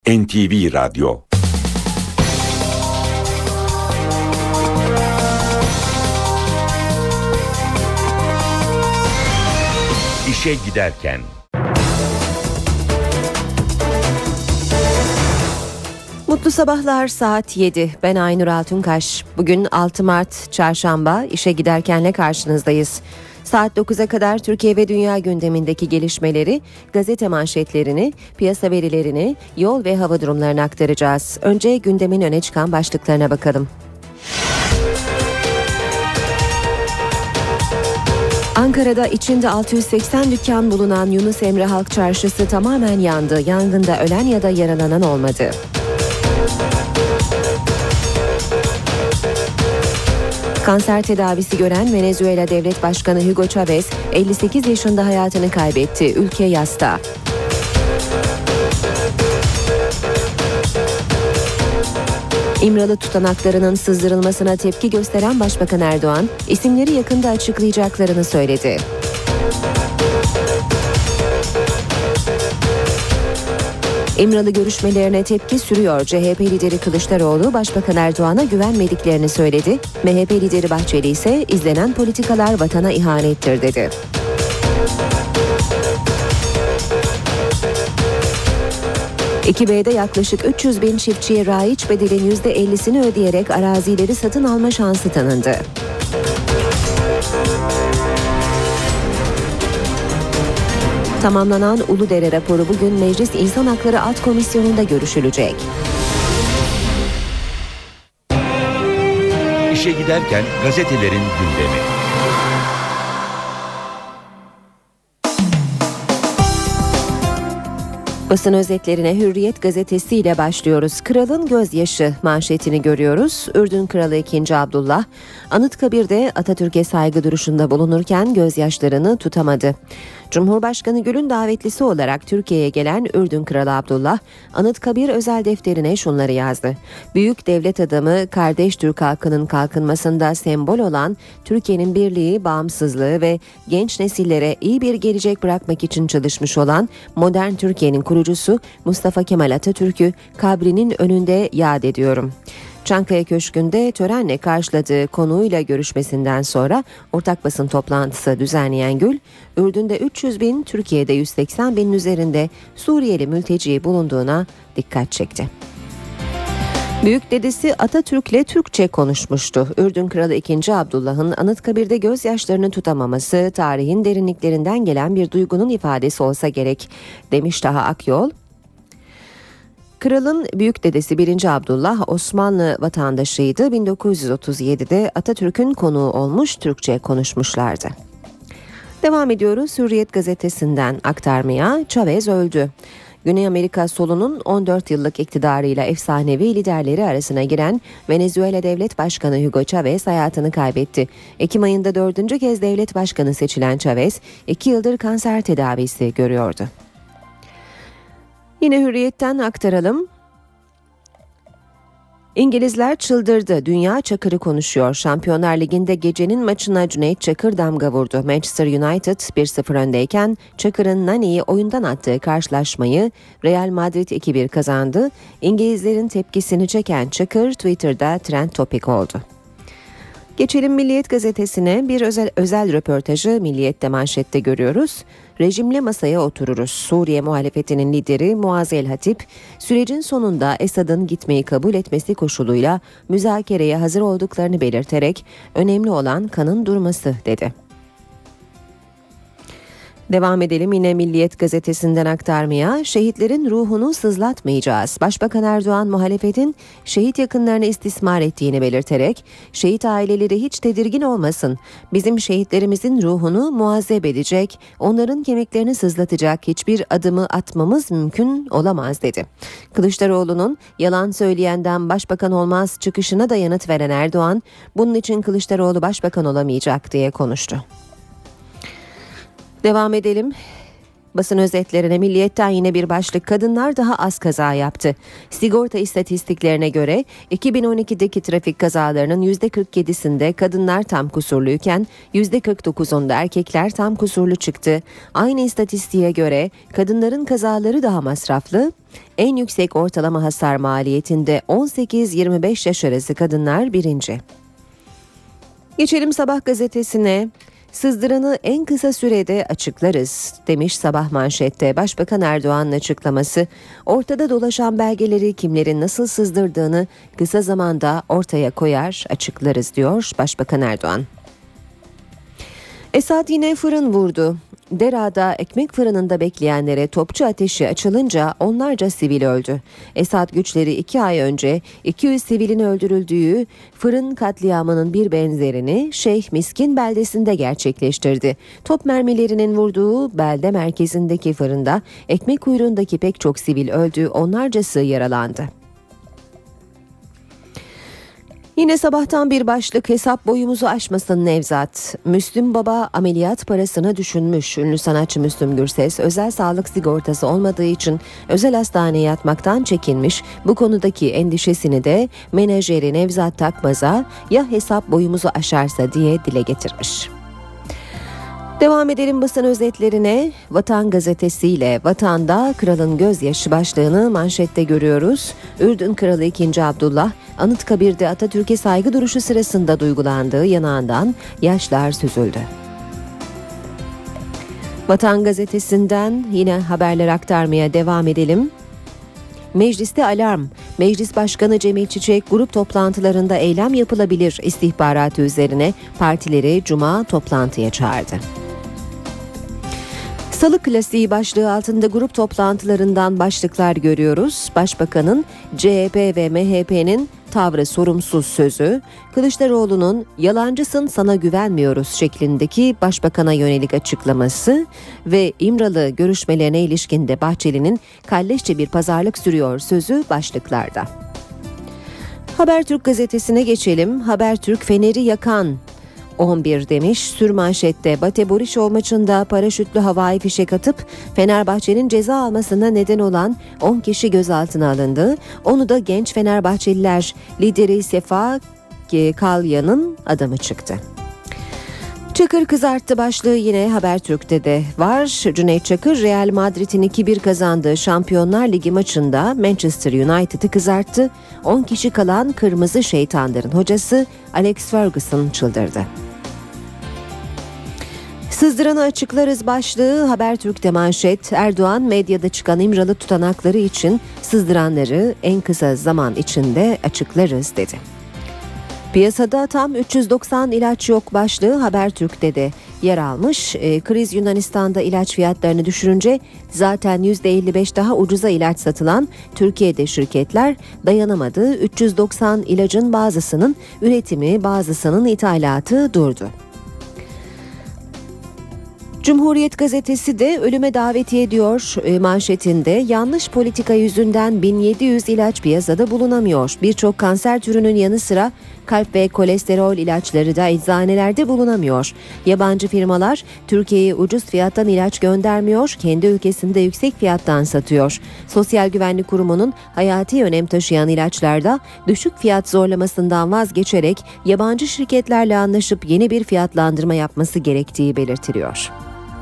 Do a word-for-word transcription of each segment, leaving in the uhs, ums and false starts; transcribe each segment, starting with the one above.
N T V Radyo. İşe giderken. Mutlu sabahlar, saat yedi. Ben Aynur Altunkaş. Bugün altı Mart Çarşamba, işe giderkenle karşınızdayız. Saat dokuza kadar Türkiye ve dünya gündemindeki gelişmeleri, gazete manşetlerini, piyasa verilerini, yol ve hava durumlarını aktaracağız. Önce gündemin öne çıkan başlıklarına bakalım. Ankara'da içinde altı yüz seksen dükkan bulunan Yunus Emre Halk Çarşısı tamamen yandı. Yangında ölen ya da yaralanan olmadı. Kanser tedavisi gören Venezuela Devlet Başkanı Hugo Chavez elli sekiz yaşında hayatını kaybetti. Ülke yasta. İmralı tutanaklarının sızdırılmasına tepki gösteren Başbakan Erdoğan, isimleri yakında açıklayacaklarını söyledi. İmralı görüşmelerine tepki sürüyor. C H P lideri Kılıçdaroğlu, Başbakan Erdoğan'a güvenmediklerini söyledi. M H P lideri Bahçeli ise izlenen politikalar vatana ihanettir dedi. iki B'de yaklaşık üç yüz bin çiftçiye raiç bedelin yüzde ellisini ödeyerek arazileri satın alma şansı tanındı. Tamamlanan Uludere raporu bugün Meclis İnsan Hakları Alt Komisyonu'nda görüşülecek. İşe giderken gazetelerin gündemi. Basın özetlerine Hürriyet gazetesiyle başlıyoruz. Kralın gözyaşı manşetini görüyoruz. Ürdün Kralı ikinci. Abdullah, Anıtkabir'de Atatürk'e saygı duruşunda bulunurken gözyaşlarını tutamadı. Cumhurbaşkanı Gül'ün davetlisi olarak Türkiye'ye gelen Ürdün Kralı Abdullah, Anıtkabir özel defterine şunları yazdı. Büyük devlet adamı, kardeş Türk halkının kalkınmasında sembol olan Türkiye'nin birliği, bağımsızlığı ve genç nesillere iyi bir gelecek bırakmak için çalışmış olan modern Türkiye'nin kurucusu Mustafa Kemal Atatürk'ü kabrinin önünde yad ediyorum. Çankaya Köşkü'nde törenle karşıladığı konuğuyla görüşmesinden sonra ortak basın toplantısı düzenleyen Gül, Ürdün'de üç yüz bin, Türkiye'de yüz seksen binin üzerinde Suriyeli mülteci bulunduğuna dikkat çekti. Büyük dedesi Atatürk'le Türkçe konuşmuştu. Ürdün Kralı ikinci. Abdullah'ın Anıtkabir'de gözyaşlarını tutamaması tarihin derinliklerinden gelen bir duygunun ifadesi olsa gerek, demiş Taha Akyol. Kralın büyük dedesi birinci. Abdullah Osmanlı vatandaşıydı. bin dokuz yüz otuz yedide Atatürk'ün konuğu olmuş, Türkçe konuşmuşlardı. Devam ediyoruz Hürriyet gazetesinden aktarmaya. Chavez öldü. Güney Amerika solunun on dört yıllık iktidarıyla efsanevi liderleri arasına giren Venezuela Devlet Başkanı Hugo Chavez hayatını kaybetti. Ekim ayında dördüncü kez devlet başkanı seçilen Chavez, iki yıldır kanser tedavisi görüyordu. Yine Hürriyet'ten aktaralım. İngilizler çıldırdı. Dünya Çakır'ı konuşuyor. Şampiyonlar Ligi'nde gecenin maçına Cüneyt Çakır damga vurdu. Manchester United bir sıfır öndeyken Çakır'ın Nani'yi oyundan attığı karşılaşmayı Real Madrid iki bir kazandı. İngilizlerin tepkisini çeken Çakır Twitter'da trend topik oldu. Geçelim Milliyet gazetesine. Bir özel özel röportajı Milliyet'te manşette görüyoruz. Rejimle masaya otururuz. Suriye muhalefetinin lideri Muazzel Hatip, sürecin sonunda Esad'ın gitmeyi kabul etmesi koşuluyla müzakereye hazır olduklarını belirterek önemli olan kanın durması dedi. Devam edelim yine Milliyet gazetesinden aktarmaya. Şehitlerin ruhunu sızlatmayacağız. Başbakan Erdoğan muhalefetin şehit yakınlarını istismar ettiğini belirterek şehit aileleri hiç tedirgin olmasın. Bizim şehitlerimizin ruhunu muazzeb edecek, onların kemiklerini sızlatacak hiçbir adımı atmamız mümkün olamaz dedi. Kılıçdaroğlu'nun yalan söyleyenden başbakan olmaz çıkışına da yanıt veren Erdoğan, bunun için Kılıçdaroğlu başbakan olamayacak diye konuştu. Devam edelim. Basın özetlerine Milliyet'ten yine bir başlık: kadınlar daha az kaza yaptı. Sigorta istatistiklerine göre iki bin on ikideki trafik kazalarının yüzde kırk yedisinde kadınlar tam kusurluyken yüzde kırk dokuzunda erkekler tam kusurlu çıktı. Aynı istatistiğe göre kadınların kazaları daha masraflı. En yüksek ortalama hasar maliyetinde on sekiz yirmi beş yaş arası kadınlar birinci. Geçelim Sabah gazetesine. Sızdıranı en kısa sürede açıklarız demiş Sabah manşette. Başbakan Erdoğan'ın açıklaması, ortada dolaşan belgeleri kimlerin nasıl sızdırdığını kısa zamanda ortaya koyar, açıklarız diyor Başbakan Erdoğan. Esad yine fırın vurdu. Dera'da ekmek fırınında bekleyenlere topçu ateşi açılınca onlarca sivil öldü. Esad güçleri iki ay önce iki yüz sivilin öldürüldüğü fırın katliamının bir benzerini Şeyh Miskin beldesinde gerçekleştirdi. Top mermilerinin vurduğu belde merkezindeki fırında ekmek kuyruğundaki pek çok sivil öldü, onlarcası yaralandı. Yine Sabahtan bir başlık: hesap boyumuzu aşmasın Nevzat. Müslüm Baba ameliyat parasını düşünmüş. Ünlü sanatçı Müslüm Gürses özel sağlık sigortası olmadığı için özel hastaneye yatmaktan çekinmiş. Bu konudaki endişesini de menajeri Nevzat Takmaz'a ya hesap boyumuzu aşarsa diye dile getirmiş. Devam edelim basın özetlerine. Vatan gazetesiyle Vatan'da kralın gözyaşı başlığını manşette görüyoruz. Ürdün Kralı ikinci. Abdullah, Anıtkabir'de Atatürk'e saygı duruşu sırasında duygulandığı yanağından yaşlar süzüldü. Vatan gazetesinden yine haberler aktarmaya devam edelim. Mecliste alarm. Meclis Başkanı Cemil Çiçek grup toplantılarında eylem yapılabilir istihbaratı üzerine partileri Cuma toplantıya çağırdı. Salı klasiği başlığı altında grup toplantılarından başlıklar görüyoruz. Başbakanın C H P ve M H P'nin tavrı sorumsuz sözü, Kılıçdaroğlu'nun yalancısın sana güvenmiyoruz şeklindeki başbakana yönelik açıklaması ve İmralı görüşmelerine ilişkin de Bahçeli'nin kalleşçe bir pazarlık sürüyor sözü başlıklarda. Habertürk gazetesine geçelim. Habertürk Fener'i yakan on bir demiş. Sürmanşette Bate Borisov maçında paraşütlü havai fişek atıp Fenerbahçe'nin ceza almasına neden olan on kişi gözaltına alındı. Onu da genç Fenerbahçeliler lideri Sefa Kalya'nın adamı çıktı. Çakır kızarttı başlığı yine Habertürk'te de var. Cüneyt Çakır Real Madrid'in iki bir kazandığı Şampiyonlar Ligi maçında Manchester United'ı kızarttı. on kişi kalan Kırmızı Şeytanların hocası Alex Ferguson çıldırdı. Sızdıranı açıklarız başlığı Habertürk'te manşet. Erdoğan medyada çıkan İmralı tutanakları için sızdıranları en kısa zaman içinde açıklarız dedi. Piyasada tam üç yüz doksan ilaç yok başlığı Habertürk'te de yer almış. E, kriz Yunanistan'da ilaç fiyatlarını düşürünce zaten yüzde elli beş daha ucuza ilaç satılan Türkiye'de şirketler dayanamadı. üç yüz doksan ilacın bazısının üretimi, bazısının ithalatı durdu. Cumhuriyet gazetesi de ölüme davetiye ediyor e, manşetinde. Yanlış politika yüzünden bin yedi yüz ilaç piyasada bulunamıyor. Birçok kanser türünün yanı sıra kalp ve kolesterol ilaçları da eczanelerde bulunamıyor. Yabancı firmalar Türkiye'ye ucuz fiyattan ilaç göndermiyor, kendi ülkesinde yüksek fiyattan satıyor. Sosyal Güvenlik Kurumu'nun hayati önem taşıyan ilaçlarda düşük fiyat zorlamasından vazgeçerek yabancı şirketlerle anlaşıp yeni bir fiyatlandırma yapması gerektiği belirtiliyor.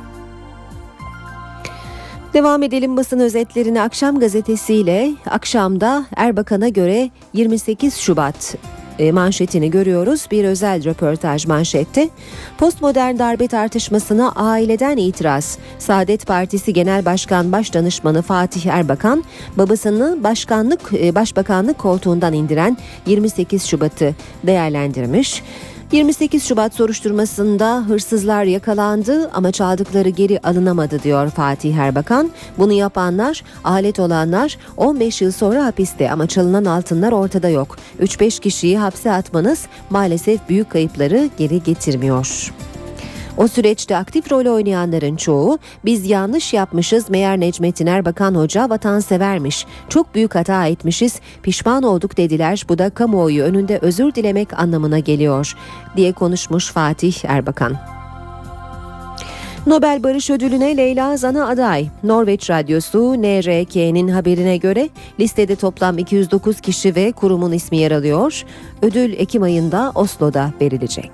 Devam edelim basın özetlerine. Akşam gazetesiyle Akşam'da Erbakan'a göre yirmi sekiz Şubat manşetini görüyoruz. Bir özel röportaj manşette. Postmodern darbe tartışmasına aileden itiraz. Saadet Partisi Genel Başkan Başdanışmanı Fatih Erbakan, babasını başkanlık başbakanlık koltuğundan indiren yirmi sekiz Şubat'ı değerlendirmiş. yirmi sekiz Şubat soruşturmasında hırsızlar yakalandı ama çaldıkları geri alınamadı diyor Fatih Erbakan. Bunu yapanlar, alet olanlar on beş yıl sonra hapiste ama çalınan altınlar ortada yok. üç beş kişiyi hapse atmanız maalesef büyük kayıpları geri getirmiyor. O süreçte aktif rol oynayanların çoğu biz yanlış yapmışız, meğer Necmettin Erbakan Hoca vatansevermiş, çok büyük hata etmişiz, pişman olduk dediler, bu da kamuoyu önünde özür dilemek anlamına geliyor diye konuşmuş Fatih Erbakan. Nobel Barış Ödülü'ne Leyla Zana aday. Norveç Radyosu N R K'nin haberine göre listede toplam iki yüz dokuz kişi ve kurumun ismi yer alıyor. Ödül Ekim ayında Oslo'da verilecek.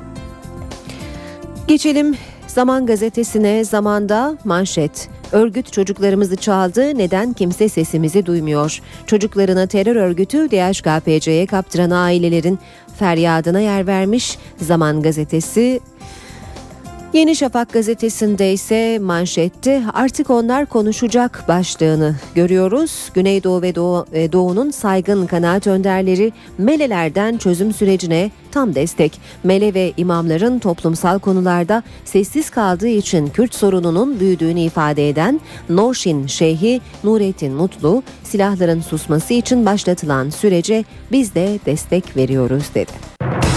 Geçelim Zaman Gazetesi'ne. Zaman'da manşet. Örgüt çocuklarımızı çaldı, neden kimse sesimizi duymuyor? Çocuklarına terör örgütü D H K P C'ye kaptıran ailelerin feryadına yer vermiş. Zaman Gazetesi. Yeni Şafak gazetesinde ise manşette artık onlar konuşacak başlığını görüyoruz. Güneydoğu ve Doğu, Doğu'nun saygın kanaat önderleri Melelerden çözüm sürecine tam destek. Mele ve imamların toplumsal konularda sessiz kaldığı için Kürt sorununun büyüdüğünü ifade eden Norşin Şeyhi Nurettin Mutlu, silahların susması için başlatılan sürece biz de destek veriyoruz dedi.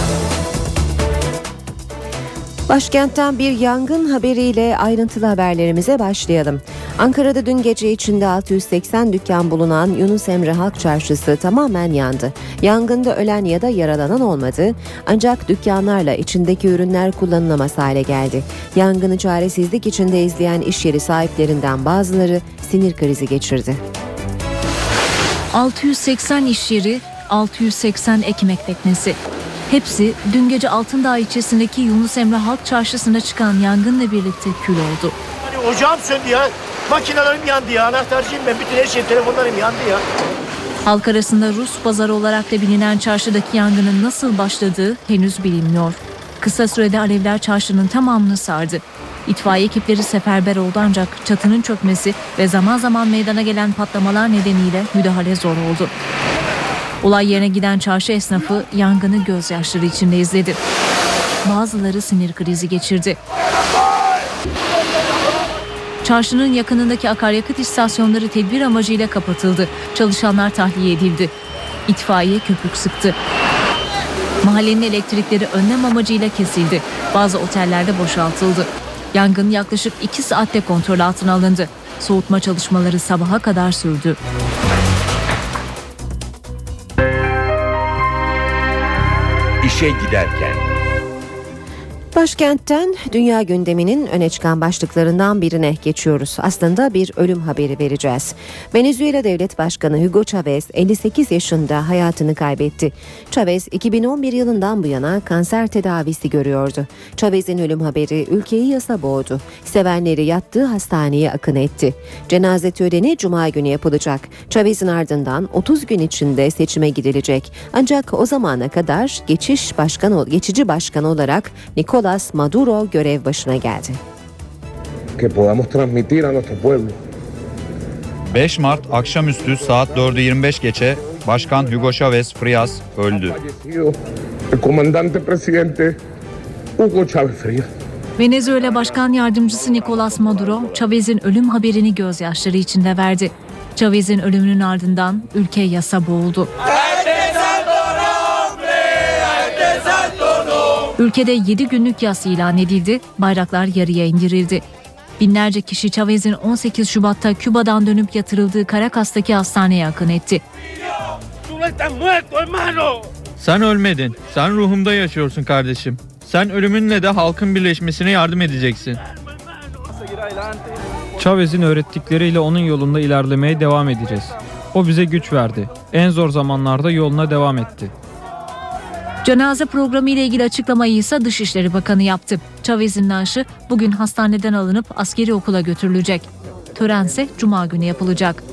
Başkentten bir yangın haberiyle ayrıntılı haberlerimize başlayalım. Ankara'da dün gece içinde altı yüz seksen dükkan bulunan Yunus Emre Halk Çarşısı tamamen yandı. Yangında ölen ya da yaralanan olmadı, ancak dükkanlarla içindeki ürünler kullanılamaz hale geldi. Yangını çaresizlik içinde izleyen iş yeri sahiplerinden bazıları sinir krizi geçirdi. altı yüz seksen iş yeri, altı yüz seksen ekmek teknesi. Hepsi dün gece Altındağ ilçesindeki Yunus Emre Halk Çarşısı'na çıkan yangınla birlikte kül oldu. Hani ocağım söndü ya, makinelerim yandı ya, anahtarcıyım ben, bütün her şey, telefonlarım yandı ya. Halk arasında Rus pazarı olarak da bilinen çarşıdaki yangının nasıl başladığı henüz bilinmiyor. Kısa sürede alevler çarşının tamamını sardı. İtfaiye ekipleri seferber oldu, ancak çatının çökmesi ve zaman zaman meydana gelen patlamalar nedeniyle müdahale zor oldu. Olay yerine giden çarşı esnafı yangını gözyaşları içinde izledi. Bazıları sinir krizi geçirdi. Çarşının yakınındaki akaryakıt istasyonları tedbir amacıyla kapatıldı. Çalışanlar tahliye edildi. İtfaiye köpük sıktı. Mahallenin elektrikleri önlem amacıyla kesildi. Bazı otellerde boşaltıldı. Yangın yaklaşık iki saatte kontrol altına alındı. Soğutma çalışmaları sabaha kadar sürdü. İşe giderken. Başkentten dünya gündeminin öne çıkan başlıklarından birine geçiyoruz. Aslında bir ölüm haberi vereceğiz. Venezuela Devlet Başkanı Hugo Chavez elli sekiz yaşında hayatını kaybetti. Chavez iki bin on bir yılından bu yana kanser tedavisi görüyordu. Chavez'in ölüm haberi ülkeyi yasa boğdu. Sevenleri yattığı hastaneye akın etti. Cenaze töreni Cuma günü yapılacak. Chavez'in ardından otuz gün içinde seçime gidilecek. Ancak o zamana kadar geçiş başkan, geçici başkan olarak Nicolás Maduro görev başına geldi. beş Mart akşamüstü saat dördü yirmi beş geçe Başkan Hugo Chávez Frías öldü. Venezuela Başkan Yardımcısı Nicolás Maduro, Chávez'in ölüm haberini gözyaşları içinde verdi. Chávez'in ölümünün ardından ülke yasa boğuldu. Ülkede yedi günlük yas ilan edildi, bayraklar yarıya indirildi. Binlerce kişi Chávez'in on sekiz Şubat'ta Küba'dan dönüp yatırıldığı Caracas'taki hastaneye akın etti. Sen ölmedin, sen ruhumda yaşıyorsun kardeşim. Sen ölümünle de halkın birleşmesine yardım edeceksin. Chávez'in öğrettikleriyle onun yolunda ilerlemeye devam edeceğiz. O bize güç verdi. En zor zamanlarda yoluna devam etti. Cenaze programı ile ilgili açıklamayı ise Dışişleri Bakanı yaptı. Chávez'in naaşı bugün hastaneden alınıp askeri okula götürülecek. Tören ise Cuma günü yapılacak.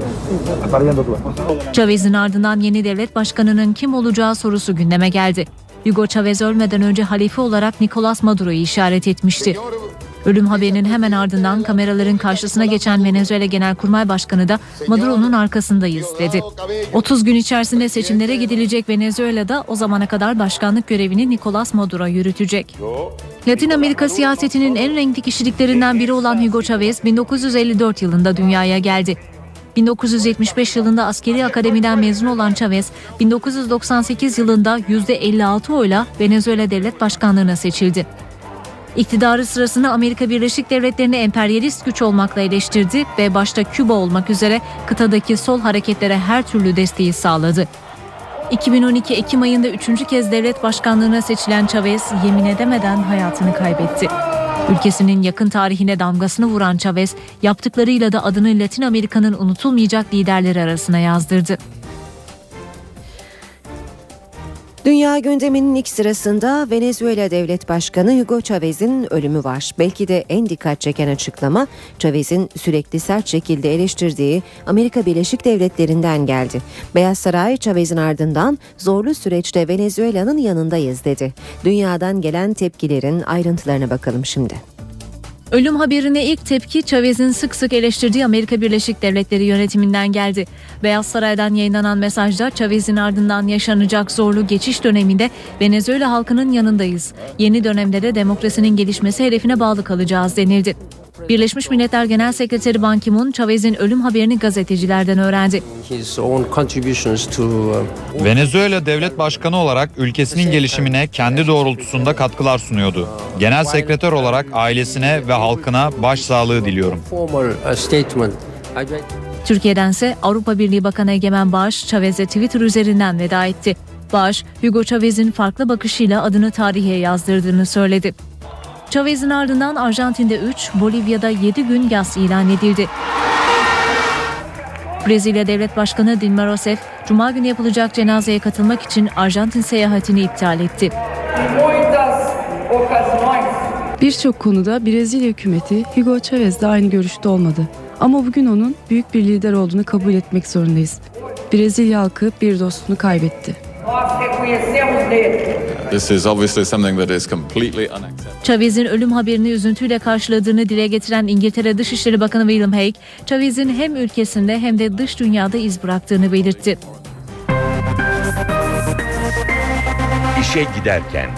Chávez'in ardından yeni devlet başkanının kim olacağı sorusu gündeme geldi. Hugo Chávez ölmeden önce halife olarak Nicolás Maduro'yu işaret etmişti. Ölüm haberinin hemen ardından kameraların karşısına geçen Venezuela Genelkurmay Başkanı da Maduro'nun arkasındayız dedi. otuz gün içerisinde seçimlere gidilecek Venezuela'da o zamana kadar başkanlık görevini Nicolás Maduro yürütecek. Latin Amerika siyasetinin en renkli kişiliklerinden biri olan Hugo Chávez bin dokuz yüz elli dört yılında dünyaya geldi. bin dokuz yüz yetmiş beş yılında askeri akademiden mezun olan Chávez, bin dokuz yüz doksan sekiz yılında yüzde elli altı oyla Venezuela Devlet Başkanlığı'na seçildi. İktidarı sırasında Amerika Birleşik Devletleri'ni emperyalist güç olmakla eleştirdi ve başta Küba olmak üzere kıtadaki sol hareketlere her türlü desteği sağladı. iki bin on iki Ekim ayında üçüncü kez devlet başkanlığına seçilen Chávez yemin edemeden hayatını kaybetti. Ülkesinin yakın tarihine damgasını vuran Chavez, yaptıklarıyla da adını Latin Amerika'nın unutulmayacak liderleri arasına yazdırdı. Dünya gündeminin ilk sırasında Venezuela Devlet Başkanı Hugo Chávez'in ölümü var. Belki de en dikkat çeken açıklama Chávez'in sürekli sert şekilde eleştirdiği Amerika Birleşik Devletleri'nden geldi. Beyaz Saray, Chávez'in ardından zorlu süreçte Venezuela'nın yanındayız dedi. Dünyadan gelen tepkilerin ayrıntılarına bakalım şimdi. Ölüm haberine ilk tepki Chávez'in sık sık eleştirdiği Amerika Birleşik Devletleri yönetiminden geldi. Beyaz Saray'dan yayınlanan mesajda Chávez'in ardından yaşanacak zorlu geçiş döneminde Venezuela halkının yanındayız. Yeni dönemde de demokrasinin gelişmesi hedefine bağlı kalacağız denildi. Birleşmiş Milletler Genel Sekreteri Ban Ki-moon, Chávez'in ölüm haberini gazetecilerden öğrendi. Venezuela Devlet Başkanı olarak ülkesinin gelişimine kendi doğrultusunda katkılar sunuyordu. Genel sekreter olarak ailesine ve halkına başsağlığı diliyorum. Türkiye'dense Avrupa Birliği Bakanı Egemen Bağış, Chávez'e Twitter üzerinden veda etti. Bağış, Hugo Chávez'in farklı bakışıyla adını tarihe yazdırdığını söyledi. Chávez'in ardından Arjantin'de üç, Bolivya'da yedi gün yas ilan edildi. Brezilya Devlet Başkanı Dilma Rousseff, Cuma günü yapılacak cenazeye katılmak için Arjantin seyahatini iptal etti. Birçok konuda Brezilya hükümeti Hugo Chávez'le aynı görüşte olmadı. Ama bugün onun büyük bir lider olduğunu kabul etmek zorundayız. Brezilya halkı bir dostunu kaybetti. This is obviously something that is completely unacceptable. Chávez'in ölüm haberini üzüntüyle karşıladığını dile getiren İngiltere Dışişleri Bakanı William Hague, Chávez'in hem ülkesinde hem de dış dünyada iz bıraktığını belirtti. İşe giderken.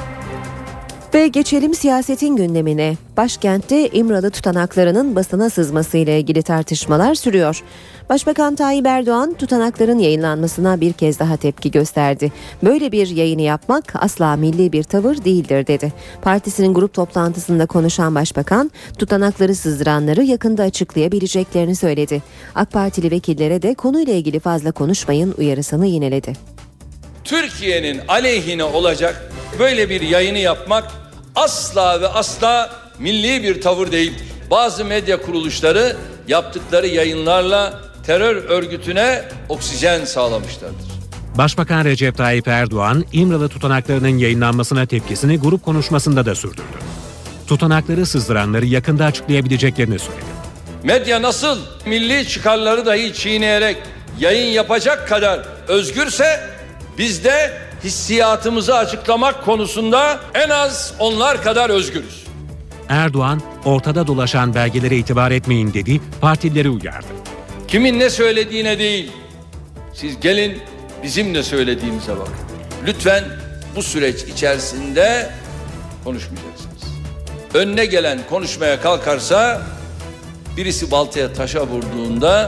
Ve geçelim siyasetin gündemine. Başkentte İmralı tutanaklarının basına sızmasıyla ilgili tartışmalar sürüyor. Başbakan Tayyip Erdoğan tutanakların yayınlanmasına bir kez daha tepki gösterdi. Böyle bir yayını yapmak asla milli bir tavır değildir dedi. Partisinin grup toplantısında konuşan başbakan tutanakları sızdıranları yakında açıklayabileceklerini söyledi. AK Partili vekillere de konuyla ilgili fazla konuşmayın uyarısını yineledi. Türkiye'nin aleyhine olacak böyle bir yayını yapmak asla ve asla milli bir tavır değildir. Bazı medya kuruluşları yaptıkları yayınlarla terör örgütüne oksijen sağlamışlardır. Başbakan Recep Tayyip Erdoğan, İmralı tutanaklarının yayınlanmasına tepkisini grup konuşmasında da sürdürdü. Tutanakları sızdıranları yakında açıklayabileceklerini söyledi. Medya nasıl milli çıkarları dahi çiğneyerek yayın yapacak kadar özgürse biz de hissiyatımızı açıklamak konusunda en az onlar kadar özgürüz. Erdoğan, ortada dolaşan belgelere itibar etmeyin dedi, partilileri uyardı. Kimin ne söylediğine değil, siz gelin bizim ne söylediğimize bakın. Lütfen bu süreç içerisinde konuşmayacaksınız. Önüne gelen konuşmaya kalkarsa birisi baltaya taşa vurduğunda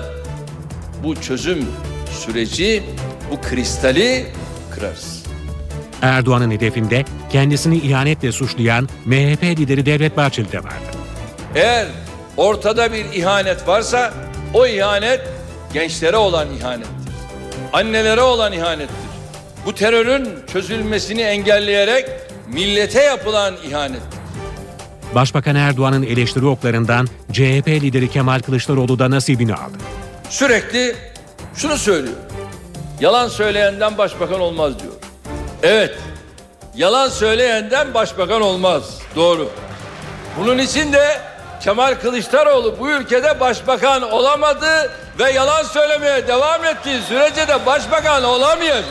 bu çözüm süreci, bu kristali kırarız. Erdoğan'ın hedefinde kendisini ihanetle suçlayan M H P lideri Devlet Bahçeli de vardı. Eğer ortada bir ihanet varsa o ihanet gençlere olan ihanettir. Annelere olan ihanettir. Bu terörün çözülmesini engelleyerek millete yapılan ihanettir. Başbakan Erdoğan'ın eleştiri oklarından C H P lideri Kemal Kılıçdaroğlu da nasibini aldı. Sürekli şunu söylüyor. Yalan söyleyenden başbakan olmaz diyor. Evet, yalan söyleyenden başbakan olmaz. Doğru. Bunun için de Kemal Kılıçdaroğlu bu ülkede başbakan olamadı ve yalan söylemeye devam ettiği sürece de başbakan olamayacak.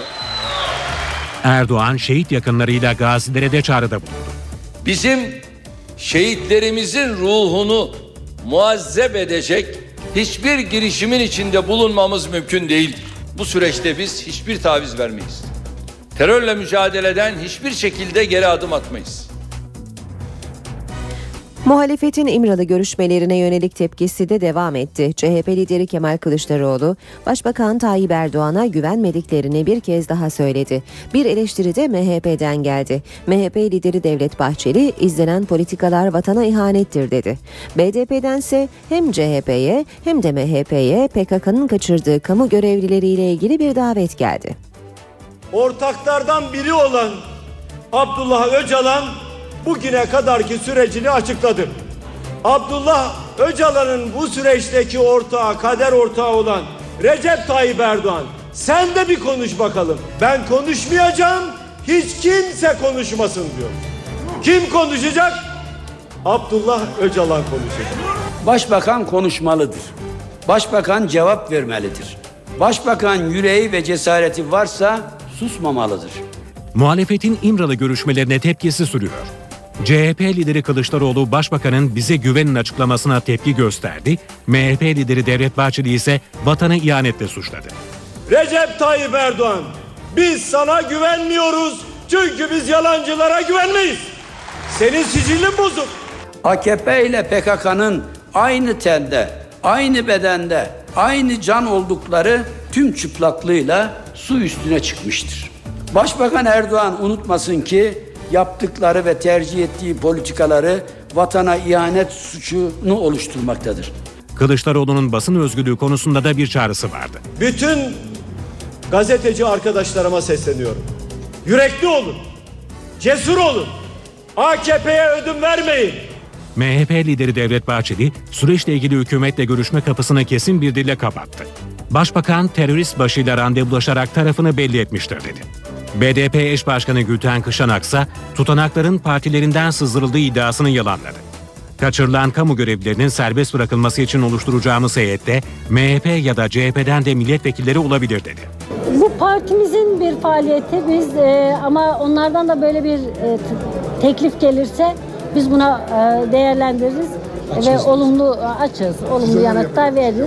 Erdoğan şehit yakınlarıyla gazilere de çağrıda bulundu. Bizim şehitlerimizin ruhunu muazzeb edecek hiçbir girişimin içinde bulunmamız mümkün değildir. Bu süreçte biz hiçbir taviz vermeyiz. Terörle mücadeleden hiçbir şekilde geri adım atmayız. Muhalefetin İmralı görüşmelerine yönelik tepkisi de devam etti. C H P lideri Kemal Kılıçdaroğlu, Başbakan Tayyip Erdoğan'a güvenmediklerini bir kez daha söyledi. Bir eleştiri de M H P'den geldi. M H P lideri Devlet Bahçeli, izlenen politikalar vatana ihanettir dedi. B D P'dense hem C H P'ye hem de M H P'ye P K K'nın kaçırdığı kamu görevlileriyle ilgili bir davet geldi. Ortaklardan biri olan Abdullah Öcalan bugüne kadarki sürecini açıkladı. Abdullah Öcalan'ın bu süreçteki ortağı, kader ortağı olan Recep Tayyip Erdoğan, sen de bir konuş bakalım. Ben konuşmayacağım, hiç kimse konuşmasın diyor. Kim konuşacak? Abdullah Öcalan konuşacak. Başbakan konuşmalıdır. Başbakan cevap vermelidir. Başbakan yüreği ve cesareti varsa susmamalıdır. Muhalefetin İmralı görüşmelerine tepkisi sürüyor. C H P lideri Kılıçdaroğlu Başbakan'ın bize güvenin açıklamasına tepki gösterdi. M H P lideri Devlet Bahçeli ise vatanı ihanetle suçladı. Recep Tayyip Erdoğan, biz sana güvenmiyoruz çünkü biz yalancılara güvenmeyiz. Senin sicilin bozuk. A K P ile P K K'nın aynı tende, aynı bedende, aynı can oldukları tüm çıplaklığıyla su üstüne çıkmıştır. Başbakan Erdoğan unutmasın ki yaptıkları ve tercih ettiği politikaları vatana ihanet suçunu oluşturmaktadır. Kılıçdaroğlu'nun basın özgürlüğü konusunda da bir çağrısı vardı. Bütün gazeteci arkadaşlarıma sesleniyorum. Yürekli olun, cesur olun, A K P'ye ödün vermeyin. M H P lideri Devlet Bahçeli, süreçle ilgili hükümetle görüşme kapısını kesin bir dille kapattı. Başbakan terörist başıyla randevulaşarak tarafını belli etmiştir dedi. B D P eş başkanı Gülten Kışanaksa tutanakların partilerinden sızdırıldığı iddiasını yalanladı. Kaçırılan kamu görevlilerinin serbest bırakılması için oluşturacağımız heyette M H P ya da C H P'den de milletvekilleri olabilir dedi. Bu partimizin bir faaliyeti, biz e, ama onlardan da böyle bir e, teklif gelirse biz buna e, değerlendiririz açız. Ve olumlu açız, olumlu yanıtlar veririz.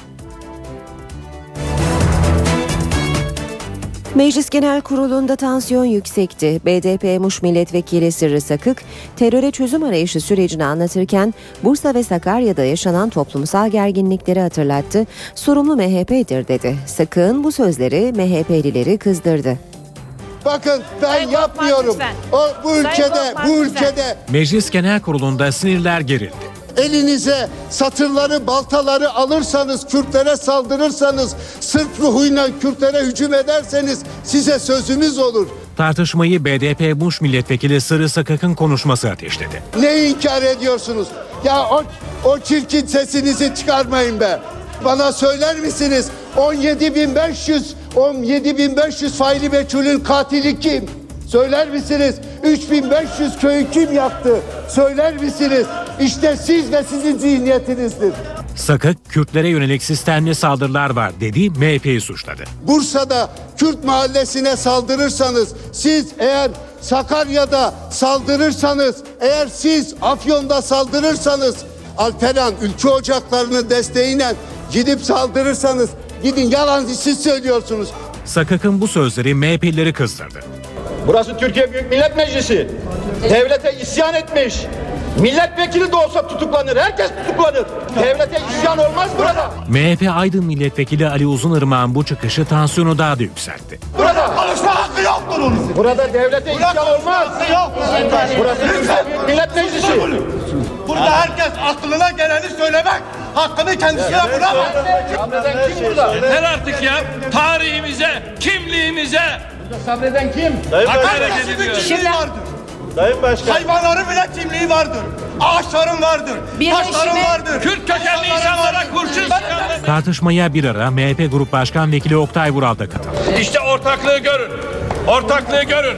Meclis Genel Kurulu'nda tansiyon yüksekti. B D P Muş Milletvekili Sırrı Sakık, teröre çözüm arayışı sürecini anlatırken Bursa ve Sakarya'da yaşanan toplumsal gerginlikleri hatırlattı. Sorumlu M H P'dir dedi. Sakık'ın bu sözleri M H P'lileri kızdırdı. Bakın ben Sayın yapmıyorum. O bu ülkede, bu ülkede. Meclis Genel Kurulu'nda sinirler gerildi. Elinize satırları, baltaları alırsanız, Kürtlere saldırırsanız, Sırp ruhuyla Kürtlere hücum ederseniz size sözümüz olur. Tartışmayı B D P Muş Milletvekili Sırrı Sakık'ın konuşması ateşledi. Ne inkar ediyorsunuz? Ya o, o çirkin sesinizi çıkarmayın be. Bana söyler misiniz on yedi bin beş yüz on yedi bin beş yüz faili meçhulün katili kim? Söyler misiniz? üç bin beş yüz köyü kim yaktı? Söyler misiniz? İşte siz ve sizin zihniyetinizdir. Sakık, Kürtlere yönelik sistemli saldırılar var dedi, M H P'yi suçladı. Bursa'da Kürt mahallesine saldırırsanız, siz eğer Sakarya'da saldırırsanız, eğer siz Afyon'da saldırırsanız, Alperen ülke ocaklarının desteğiyle gidip saldırırsanız, gidin yalan siz söylüyorsunuz. Sakık'ın bu sözleri M H P'lileri kızdırdı. Burası Türkiye Büyük Millet Meclisi. Devlete isyan etmiş. Milletvekili de olsa tutuklanır. Herkes tutuklanır. Devlete isyan olmaz burada. M H P Aydın Milletvekili Ali Uzunırmak'ın bu çıkışı tansiyonu daha da yükseltti. Burada konuşma hakkı yoktur onun. Burada devlete isyan olmaz. Yok. Burası Türkiye Büyük Millet Meclisi. Burada herkes aklına geleni söylemek hakkını kendisine bırakmaz. Sabreden kim burada? Yeter artık ya. Tarihimize, kimliğimize. Sabreden kim? Herkesin kimliği vardır. Sayın Başkan. Hayvanların bile kimliği vardır. Ağaçların vardır. Taşların vardır. Kürt kökenli insanlara kurşun sıkanlar. Tartışmaya bir ara M H P Grup Başkan Vekili Oktay Vural da katıldı. İşte ortaklığı görün. Ortaklığı görün.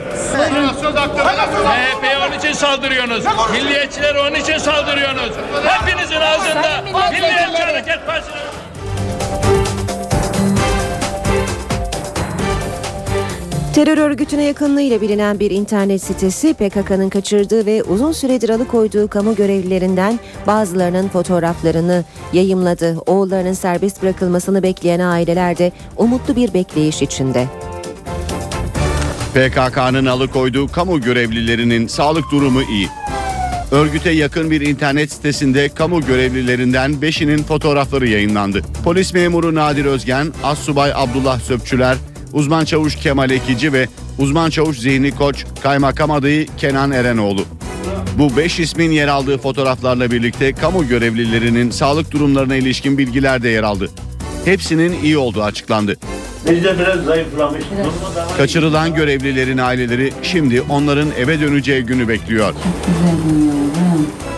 M H P'ye onun için saldırıyorsunuz. Milliyetçileri onun için saldırıyorsunuz. Hepinizin ağzında Milliyetçi Hareket Partisi. Terör örgütüne yakınlığıyla bilinen bir internet sitesi P K K'nın kaçırdığı ve uzun süredir alıkoyduğu kamu görevlilerinden bazılarının fotoğraflarını yayımladı. Oğullarının serbest bırakılmasını bekleyen aileler de umutlu bir bekleyiş içinde. P K K'nın alıkoyduğu kamu görevlilerinin sağlık durumu iyi. Örgüte yakın bir internet sitesinde kamu görevlilerinden beşinin fotoğrafları yayınlandı. Polis memuru Nadir Özgen, Assubay Abdullah Söpçüler, Uzman Çavuş Kemal Ekici ve Uzman Çavuş Zihni Koç, Kaymakam adayı Kenan Erenoğlu. Bu beş ismin yer aldığı fotoğraflarla birlikte kamu görevlilerinin sağlık durumlarına ilişkin bilgiler de yer aldı. Hepsinin iyi olduğu açıklandı. Bizde biraz zayıflamış. Kaçırılan görevlilerin aileleri şimdi onların eve döneceği günü bekliyor.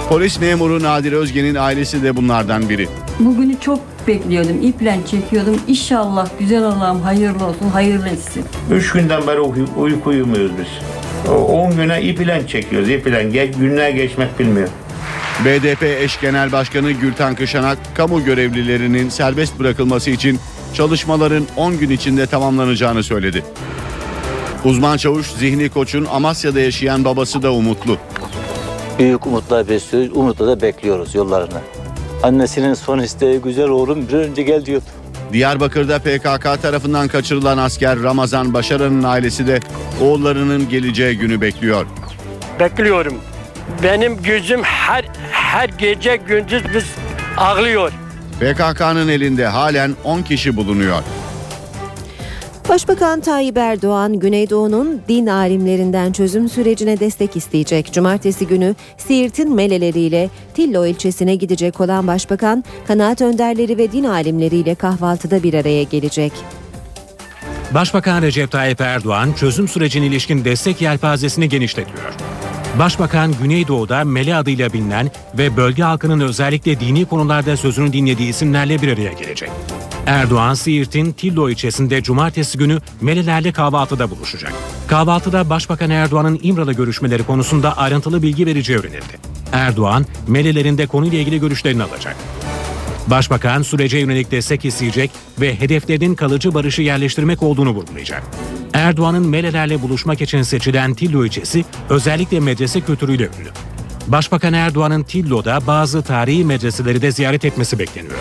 Polis memuru Nadir Özgen'in ailesi de bunlardan biri. Bugünü çok bekliyordum. İple çekiyordum. İnşallah güzel Allah'ım hayırlı olsun, hayırlı etsin. Üç günden beri uy- uyku uyumuyoruz biz. On güne iple çekiyoruz. İple Ge- günler geçmek bilmiyor. B D P eş genel başkanı Gülten Kışanak, kamu görevlilerinin serbest bırakılması için çalışmaların on gün içinde tamamlanacağını söyledi. Uzman çavuş Zihni Koç'un Amasya'da yaşayan babası da umutlu. Büyük umutlar besliyoruz, umutla da bekliyoruz yollarını. Annesinin son isteği güzel oğlum bir önce gel diyordu. Diyarbakır'da P K K tarafından kaçırılan asker Ramazan Başaran'ın ailesi de oğullarının geleceği günü bekliyor. Bekliyorum. Benim gözüm her her gece gündüz biz ağlıyor. P K K'nın elinde halen on kişi bulunuyor. Başbakan Tayyip Erdoğan, Güneydoğu'nun din alimlerinden çözüm sürecine destek isteyecek. Cumartesi günü Siirt'in meleleriyle Tillo ilçesine gidecek olan Başbakan, kanaat önderleri ve din alimleriyle kahvaltıda bir araya gelecek. Başbakan Recep Tayyip Erdoğan çözüm sürecine ilişkin destek yelpazesini genişletiyor. Başbakan Güneydoğu'da Mele adıyla bilinen ve bölge halkının özellikle dini konularda sözünü dinlediği isimlerle bir araya gelecek. Erdoğan, Siirt'in Tillo ilçesinde cumartesi günü Melelerle kahvaltıda buluşacak. Kahvaltıda Başbakan Erdoğan'ın İmralı görüşmeleri konusunda ayrıntılı bilgi vereceği öğrenildi. Erdoğan, Melelerin de konuyla ilgili görüşlerini alacak. Başbakan sürece yönelik destek isteyecek ve hedeflerinin kalıcı barışı yerleştirmek olduğunu vurgulayacak. Erdoğan'ın Melelerle buluşmak için seçilen Tillo ilçesi özellikle medrese kültürüyle ünlü. Başbakan Erdoğan'ın Tillo'da bazı tarihi medreseleri de ziyaret etmesi bekleniyor.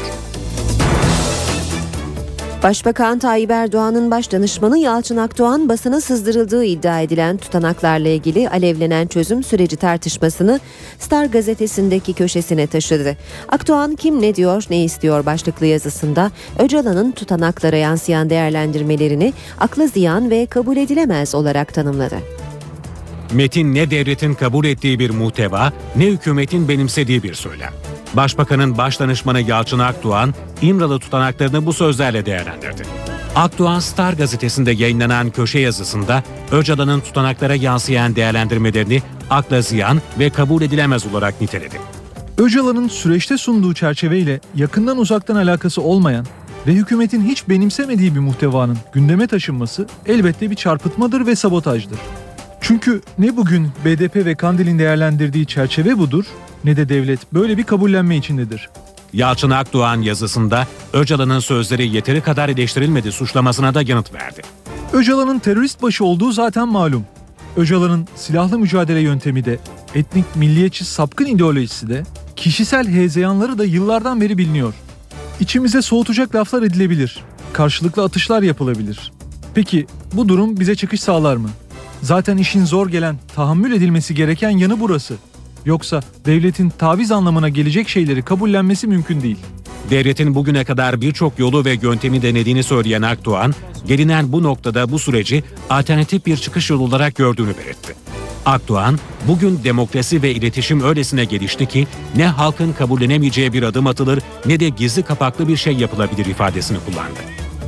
Başbakan Tayyip Erdoğan'ın başdanışmanı Yalçın Akdoğan, basına sızdırıldığı iddia edilen tutanaklarla ilgili alevlenen çözüm süreci tartışmasını Star gazetesindeki köşesine taşıdı. Akdoğan kim ne diyor ne istiyor başlıklı yazısında Öcalan'ın tutanaklara yansıyan değerlendirmelerini akla ziyan ve kabul edilemez olarak tanımladı. Metin ne devletin kabul ettiği bir muhteva, ne hükümetin benimsediği bir söylem. Başbakanın başdanışmanı Yalçın Akdoğan, İmralı tutanaklarını bu sözlerle değerlendirdi. Akdoğan, Star gazetesinde yayınlanan köşe yazısında Öcalan'ın tutanaklara yansıyan değerlendirmelerini akla ziyan ve kabul edilemez olarak niteledi. Öcalan'ın süreçte sunduğu çerçeveyle yakından uzaktan alakası olmayan ve hükümetin hiç benimsemediği bir muhtevanın gündeme taşınması elbette bir çarpıtmadır ve sabotajdır. Çünkü ne bugün B D P ve Kandil'in değerlendirdiği çerçeve budur, ne de devlet böyle bir kabullenme içindedir. Yalçın Akdoğan yazısında Öcalan'ın sözleri yeteri kadar eleştirilmedi suçlamasına da yanıt verdi. Öcalan'ın terörist başı olduğu zaten malum. Öcalan'ın silahlı mücadele yöntemi de, etnik milliyetçi sapkın ideolojisi de, kişisel hezeyanları da yıllardan beri biliniyor. İçimize soğutacak laflar edilebilir, karşılıklı atışlar yapılabilir. Peki bu durum bize çıkış sağlar mı? Zaten işin zor gelen, tahammül edilmesi gereken yanı burası. Yoksa devletin taviz anlamına gelecek şeyleri kabullenmesi mümkün değil. Devletin bugüne kadar birçok yolu ve yöntemi denediğini söyleyen Akdoğan, gelinen bu noktada bu süreci alternatif bir çıkış yolu olarak gördüğünü belirtti. Akdoğan, bugün demokrasi ve iletişim öylesine gelişti ki ne halkın kabullenemeyeceği bir adım atılır ne de gizli kapaklı bir şey yapılabilir ifadesini kullandı.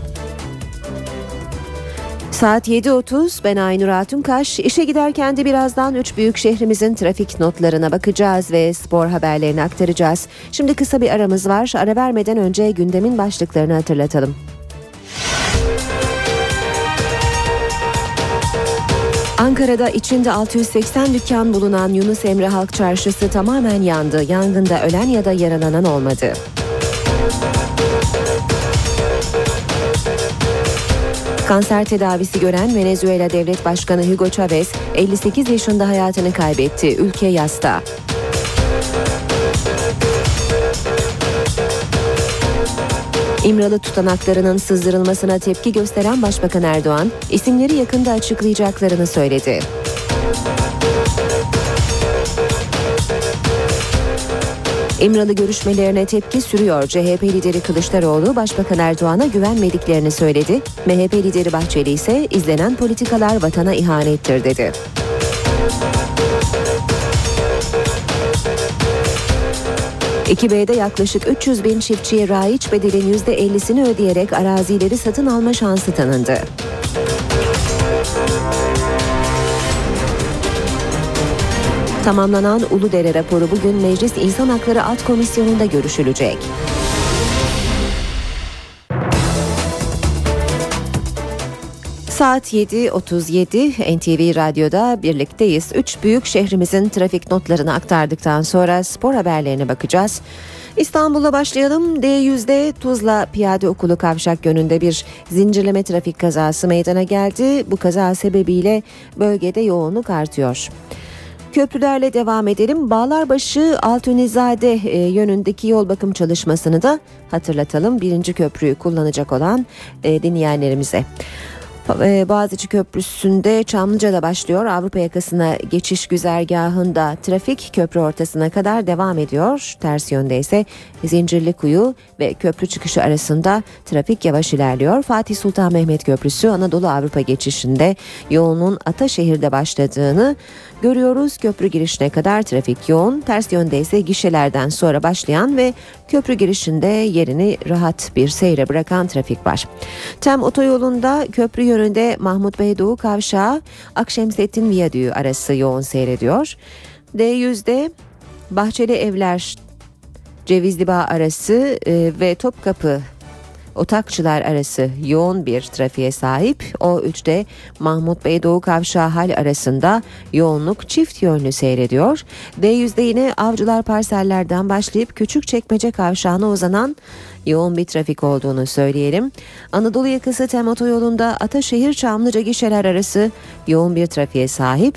Saat yedi otuz, ben Aynur Altunkaş. İşe giderken de birazdan üç büyük şehrimizin trafik notlarına bakacağız ve spor haberlerini aktaracağız. Şimdi kısa bir aramız var. Ara vermeden önce gündemin başlıklarını hatırlatalım. Ankara'da içinde altı yüz seksen dükkan bulunan Yunus Emre Halk Çarşısı tamamen yandı. Yangında ölen ya da yaralanan olmadı. Kanser tedavisi gören Venezuela Devlet Başkanı Hugo Chavez elli sekiz yaşında hayatını kaybetti. Ülke yasta. İmralı tutanaklarının sızdırılmasına tepki gösteren Başbakan Erdoğan, isimleri yakında açıklayacaklarını söyledi. İmralı görüşmelerine tepki sürüyor. C H P lideri Kılıçdaroğlu, Başbakan Erdoğan'a güvenmediklerini söyledi. M H P lideri Bahçeli ise izlenen politikalar vatana ihanettir dedi. iki B'de yaklaşık üç yüz bin çiftçiye raiç bedelin yüzde ellisini ödeyerek arazileri satın alma şansı tanındı. Tamamlanan Uludere raporu bugün Meclis İnsan Hakları Alt Komisyonu'nda görüşülecek. Saat yedi otuz yedi N T V Radyo'da birlikteyiz. Üç büyük şehrimizin trafik notlarını aktardıktan sonra spor haberlerine bakacağız. İstanbul'la başlayalım. D yüzde Tuzla Piyade Okulu kavşak yönünde bir zincirleme trafik kazası meydana geldi. Bu kaza sebebiyle bölgede yoğunluk artıyor. Köprülerle devam edelim. Bağlarbaşı Altunizade yönündeki yol bakım çalışmasını da hatırlatalım. Birinci köprüyü kullanacak olan dinleyenlerimize. Boğaziçi Köprüsü'nde Çamlıca'da başlıyor. Avrupa yakasına geçiş güzergahında trafik köprü ortasına kadar devam ediyor. Ters yönde ise Zincirlikuyu ve köprü çıkışı arasında trafik yavaş ilerliyor. Fatih Sultan Mehmet Köprüsü Anadolu Avrupa geçişinde yoğunluğun Ataşehir'de başladığını görüyoruz. Köprü girişine kadar trafik yoğun. Ters yönde ise gişelerden sonra başlayan ve köprü girişinde yerini rahat bir seyre bırakan trafik var. Tem otoyolunda köprü yönünde Mahmut Bey Doğu Kavşağı Akşemsettin Viyadüğü arası yoğun seyrediyor. D yüzde Bahçeli Evler Cevizlibağ arası e, ve Topkapı Otakçılar arası yoğun bir trafiğe sahip. O üçte Mahmut Bey Doğu Kavşağı Hal arasında yoğunluk çift yönlü seyrediyor. D yüzde yine Avcılar Parseller'den başlayıp Küçükçekmece Kavşağı'na uzanan yoğun bir trafik olduğunu söyleyelim. Anadolu yakası Tem otoyolunda Ataşehir Çamlıca gişeler arası yoğun bir trafiğe sahip.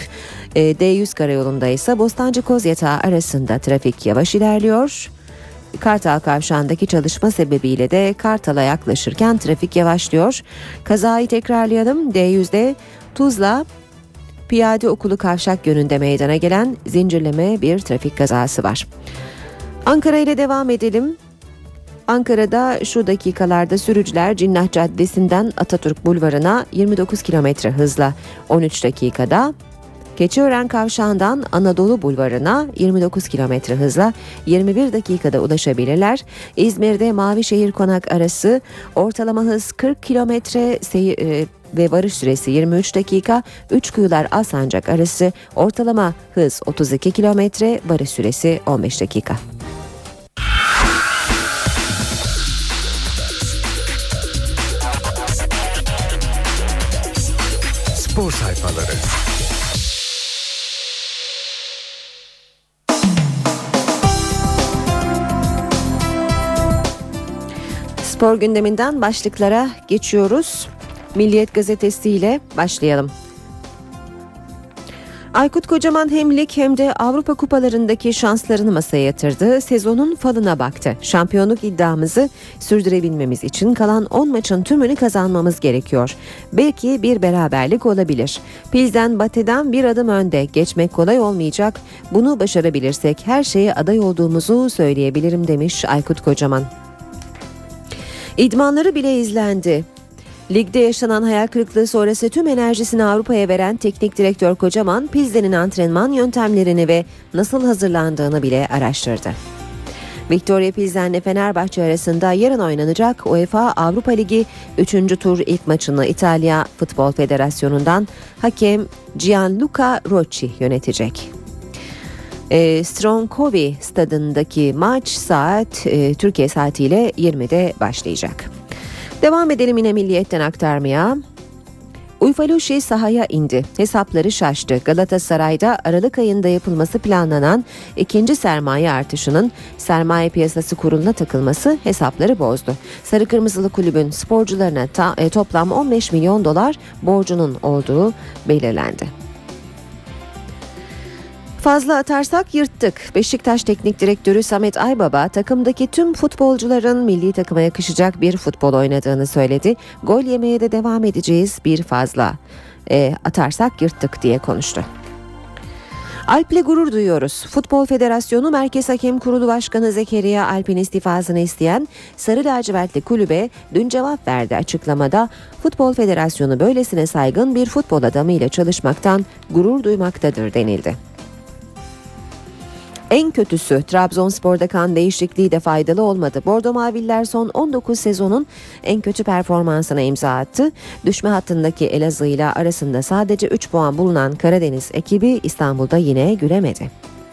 D yüz karayolunda ise Bostancı Kozyatağı arasında trafik yavaş ilerliyor. Kartal Kavşağı'ndaki çalışma sebebiyle de Kartal'a yaklaşırken trafik yavaşlıyor. Kazayı tekrarlayalım. D yüzde Tuzla Piyade Okulu kavşak yönünde meydana gelen zincirleme bir trafik kazası var. Ankara ile devam edelim. Ankara'da şu dakikalarda sürücüler Cinnah Caddesi'nden Atatürk Bulvarı'na yirmi dokuz kilometre hızla on üç dakikada, Keçiören Kavşağı'ndan Anadolu Bulvarı'na yirmi dokuz kilometre hızla yirmi bir dakikada ulaşabilirler. İzmir'de Mavişehir Konak arası ortalama hız kırk kilometre seyir ve varış süresi yirmi üç dakika. Üçkuyular Alsancak arası ortalama hız otuz iki kilometre, varış süresi on beş dakika. Spor sayfaları. Spor gündeminden başlıklara geçiyoruz. Milliyet Gazetesi ile başlayalım. Aykut Kocaman hem lig hem de Avrupa kupalarındaki şanslarını masaya yatırdı. Sezonun falına baktı. Şampiyonluk iddiamızı sürdürebilmemiz için kalan on maçın tümünü kazanmamız gerekiyor. Belki bir beraberlik olabilir. Pilsen Bate'den bir adım önde. Geçmek kolay olmayacak. Bunu başarabilirsek her şeye aday olduğumuzu söyleyebilirim demiş Aykut Kocaman. İdmanları bile izlendi. Ligde yaşanan hayal kırıklığı sonrası tüm enerjisini Avrupa'ya veren teknik direktör Kocaman, Pilsen'in antrenman yöntemlerini ve nasıl hazırlandığını bile araştırdı. Victoria Pilsen ile Fenerbahçe arasında yarın oynanacak UEFA Avrupa Ligi üçüncü tur ilk maçını İtalya Futbol Federasyonu'ndan hakem Gianluca Rocci yönetecek. E, Stronkovi stadındaki maç saat e, Türkiye saatiyle yirmide başlayacak. Devam edelim yine Milliyet'ten aktarmaya. Uyfalushi sahaya indi. Hesapları şaştı. Galatasaray'da Aralık ayında yapılması planlanan ikinci sermaye artışının sermaye piyasası kuruluna takılması hesapları bozdu. Sarı Kırmızılı kulübün sporcularına ta, e, toplam on beş milyon dolar borcunun olduğu belirlendi. Fazla atarsak yırttık. Beşiktaş Teknik Direktörü Samet Aybaba takımdaki tüm futbolcuların milli takıma yakışacak bir futbol oynadığını söyledi. Gol yemeye de devam edeceğiz bir fazla. E, atarsak yırttık diye konuştu. Alp'le gurur duyuyoruz. Futbol Federasyonu Merkez Hakem Kurulu Başkanı Zekeriya Alp'in istifasını isteyen Sarı Lacivertli kulübe dün cevap verdi. Açıklamada Futbol Federasyonu böylesine saygın bir futbol adamıyla çalışmaktan gurur duymaktadır denildi. En kötüsü Trabzonspor'da kan değişikliği de faydalı olmadı. Bordo Maviller son on dokuz sezonun en kötü performansına imza attı. Düşme hattındaki Elazığ ile arasında sadece üç puan bulunan Karadeniz ekibi İstanbul'da yine gülemedi.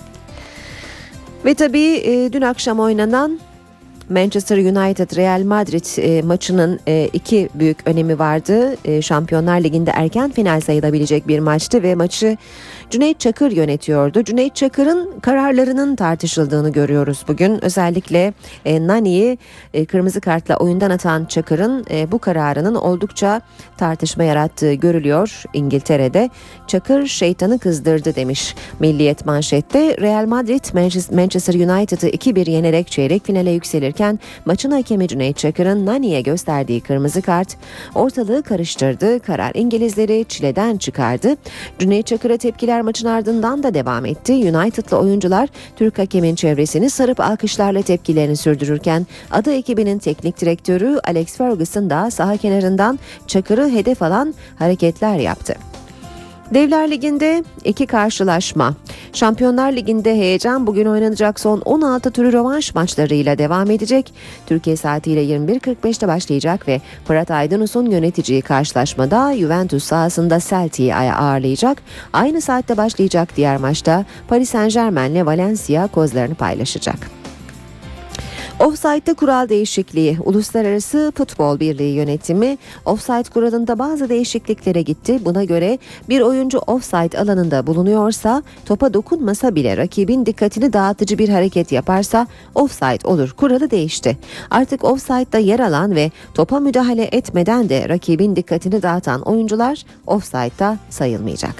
Ve tabii e, dün akşam oynanan Manchester United Real Madrid e, maçının e, iki büyük önemi vardı. E, Şampiyonlar Ligi'nde erken final sayılabilecek bir maçtı ve maçı Cüneyt Çakır yönetiyordu. Cüneyt Çakır'ın kararlarının tartışıldığını görüyoruz bugün. Özellikle e, Nani'yi e, kırmızı kartla oyundan atan Çakır'ın e, bu kararının oldukça tartışma yarattığı görülüyor İngiltere'de. Çakır şeytanı kızdırdı demiş Milliyet manşette. Real Madrid Manchester United'ı iki bir yenerek çeyrek finale yükselirken maçın hakemi Cüneyt Çakır'ın Nani'ye gösterdiği kırmızı kart ortalığı karıştırdı. Karar İngilizleri çileden çıkardı. Cüneyt Çakır'a tepkiler maçın ardından da devam etti. United'lı oyuncular Türk hakemin çevresini sarıp alkışlarla tepkilerini sürdürürken Ada ekibinin teknik direktörü Alex Ferguson da saha kenarından Çakır'ı hedef alan hareketler yaptı. Devler Ligi'nde iki karşılaşma. Şampiyonlar Ligi'nde heyecan bugün oynanacak son on altı turu rövanş maçlarıyla devam edecek. Türkiye saatiyle yirmi bir kırk beşte başlayacak ve Fırat Aydınus'un yöneteceği karşılaşmada Juventus sahasında Celtic'i ağırlayacak. Aynı saatte başlayacak diğer maçta Paris Saint-Germain'le Valencia kozlarını paylaşacak. Offside'da kural değişikliği. Uluslararası Futbol Birliği yönetimi offside kuralında bazı değişikliklere gitti. Buna göre bir oyuncu offside alanında bulunuyorsa, topa dokunmasa bile rakibin dikkatini dağıtıcı bir hareket yaparsa offside olur. Kuralı değişti. Artık offside'da yer alan ve topa müdahale etmeden de rakibin dikkatini dağıtan oyuncular offside'da sayılmayacak.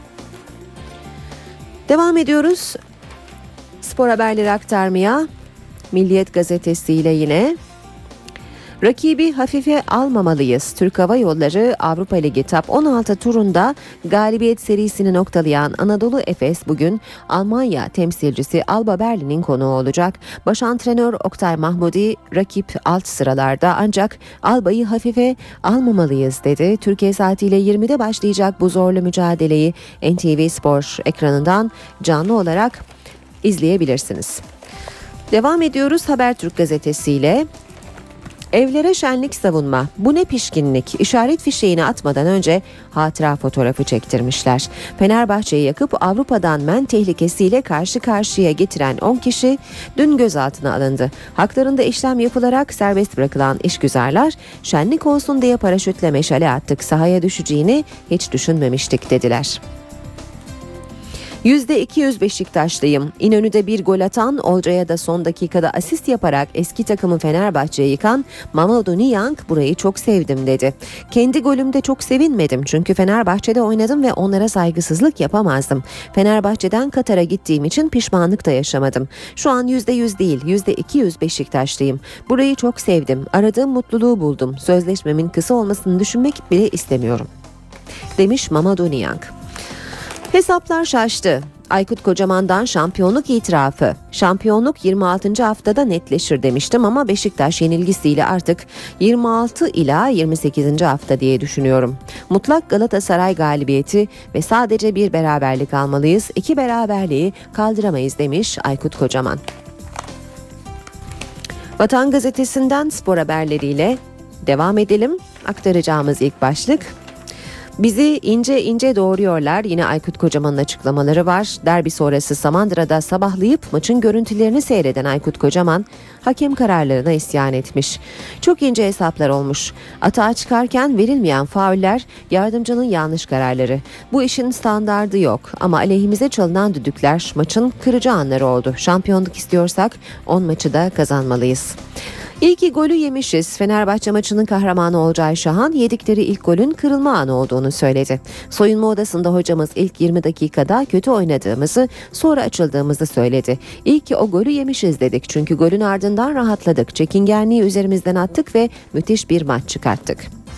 Devam ediyoruz. Spor haberleri aktarmaya. Milliyet gazetesiyle yine rakibi hafife almamalıyız. Türk Hava Yolları Avrupa Ligi Top on altı turunda galibiyet serisini noktalayan Anadolu Efes bugün Almanya temsilcisi Alba Berlin'in konuğu olacak. Baş antrenör Oktay Mahmudi rakip alt sıralarda ancak Alba'yı hafife almamalıyız dedi. Türkiye saatiyle yirmide başlayacak bu zorlu mücadeleyi N T V Spor ekranından canlı olarak izleyebilirsiniz. Devam ediyoruz Habertürk gazetesiyle. Evlere şenlik savunma. Bu ne pişkinlik? İşaret fişeğini atmadan önce hatıra fotoğrafı çektirmişler. Fenerbahçe'yi yakıp Avrupa'dan men tehlikesiyle karşı karşıya getiren on kişi dün gözaltına alındı. Haklarında işlem yapılarak serbest bırakılan işgüzarlar şenlik olsun diye paraşütle meşale attık, sahaya düşeceğini hiç düşünmemiştik dediler. yüzde iki yüz Beşiktaşlıyım. İnönü'de bir gol atan, Olcay'a da son dakikada asist yaparak eski takımı Fenerbahçe'ye yıkan Mamadou Niang burayı çok sevdim dedi. Kendi golümde çok sevinmedim çünkü Fenerbahçe'de oynadım ve onlara saygısızlık yapamazdım. Fenerbahçe'den Katar'a gittiğim için pişmanlık da yaşamadım. Şu an yüzde yüz değil, yüzde iki yüz Beşiktaşlıyım. Burayı çok sevdim. Aradığım mutluluğu buldum. Sözleşmemin kısa olmasını düşünmek bile istemiyorum, demiş Mamadou Niang. Hesaplar şaştı. Aykut Kocaman'dan şampiyonluk itirafı. Şampiyonluk yirmi altıncı haftada netleşir demiştim ama Beşiktaş yenilgisiyle artık yirmi altı ila yirmi sekizinci hafta diye düşünüyorum. Mutlak Galatasaray galibiyeti ve sadece bir beraberlik almalıyız. İki beraberliği kaldıramayız demiş Aykut Kocaman. Vatan Gazetesi'nden spor haberleriyle devam edelim. Aktaracağımız ilk başlık: bizi ince ince doğuruyorlar. Yine Aykut Kocaman'ın açıklamaları var. Derbi sonrası Samandıra'da sabahlayıp maçın görüntülerini seyreden Aykut Kocaman hakem kararlarına isyan etmiş. Çok ince hesaplar olmuş. Atağa çıkarken verilmeyen fauller yardımcının yanlış kararları. Bu işin standardı yok ama aleyhimize çalınan düdükler maçın kırıcı anları oldu. Şampiyonluk istiyorsak on maçı da kazanmalıyız. İlk golü yemişiz. Fenerbahçe maçının kahramanı Olcay Şahan yedikleri ilk golün kırılma anı olduğunu söyledi. Soyunma odasında hocamız ilk yirmi dakikada kötü oynadığımızı, sonra açıldığımızı söyledi. İlk o golü yemişiz dedik çünkü golün ardından rahatladık. Çekingenliği üzerimizden attık ve müthiş bir maç çıkarttık.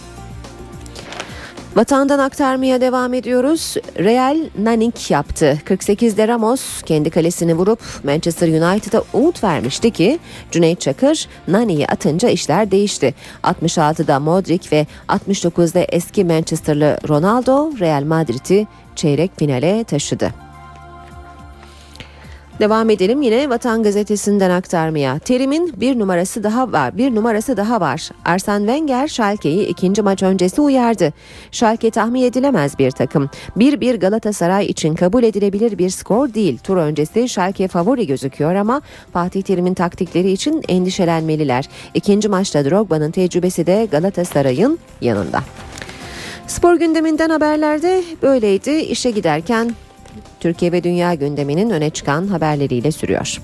Vatandan aktarmaya devam ediyoruz. Real nanik yaptı. kırk sekizde Ramos kendi kalesini vurup Manchester United'a umut vermişti ki Cüneyt Çakır Nani'yi atınca işler değişti. altmış altıda Modric ve altmış dokuzda eski Manchesterlı Ronaldo Real Madrid'i çeyrek finale taşıdı. Devam edelim yine Vatan Gazetesi'nden aktarmaya. Terim'in bir numarası daha var. Bir numarası daha var. Arsene Wenger Schalke'yi ikinci maç öncesi uyardı. Schalke tahmin edilemez bir takım. bir bir Galatasaray için kabul edilebilir bir skor değil. Tur öncesi Schalke favori gözüküyor ama Fatih Terim'in taktikleri için endişelenmeliler. İkinci maçta Drogba'nın tecrübesi de Galatasaray'ın yanında. Spor gündeminden haberlerde böyleydi. İşe giderken Türkiye ve dünya gündeminin öne çıkan haberleriyle sürüyor.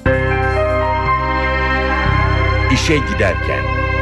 İşe giderken.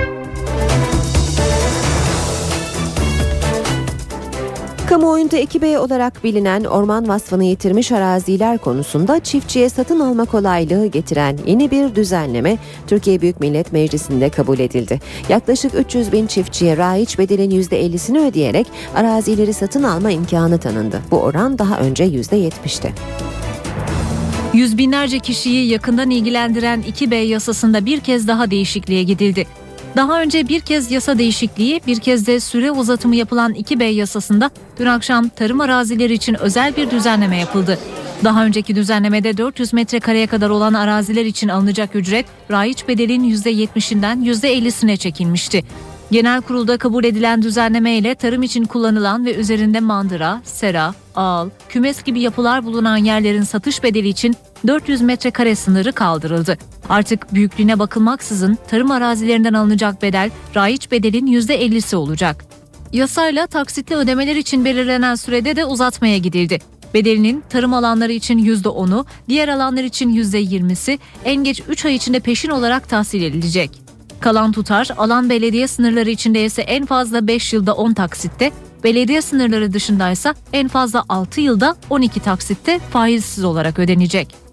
Kamuoyunda iki B olarak bilinen orman vasfını yitirmiş araziler konusunda çiftçiye satın alma kolaylığı getiren yeni bir düzenleme Türkiye Büyük Millet Meclisi'nde kabul edildi. Yaklaşık üç yüz bin çiftçiye raiç bedelin yüzde ellisini ödeyerek arazileri satın alma imkanı tanındı. Bu oran daha önce yüzde yetmişti. Yüz binlerce kişiyi yakından ilgilendiren iki B yasasında bir kez daha değişikliğe gidildi. Daha önce bir kez yasa değişikliği, bir kez de süre uzatımı yapılan iki B yasasında dün akşam tarım arazileri için özel bir düzenleme yapıldı. Daha önceki düzenlemede dört yüz metrekareye kadar olan araziler için alınacak ücret raiç bedelin yüzde yetmişinden yüzde ellisine çekilmişti. Genel kurulda kabul edilen düzenleme ile tarım için kullanılan ve üzerinde mandıra, sera, ağıl, kümes gibi yapılar bulunan yerlerin satış bedeli için dört yüz metrekare sınırı kaldırıldı. Artık büyüklüğüne bakılmaksızın tarım arazilerinden alınacak bedel raiç bedelin yüzde ellisi olacak. Yasayla taksitli ödemeler için belirlenen sürede de uzatmaya gidildi. Bedelinin tarım alanları için yüzde onu, diğer alanlar için yüzde yirmisi en geç üç ay içinde peşin olarak tahsil edilecek. Kalan tutar alan belediye sınırları içinde ise en fazla beş yılda on taksitte, belediye sınırları dışındaysa en fazla altı yılda on iki taksitte faizsiz olarak ödenecek.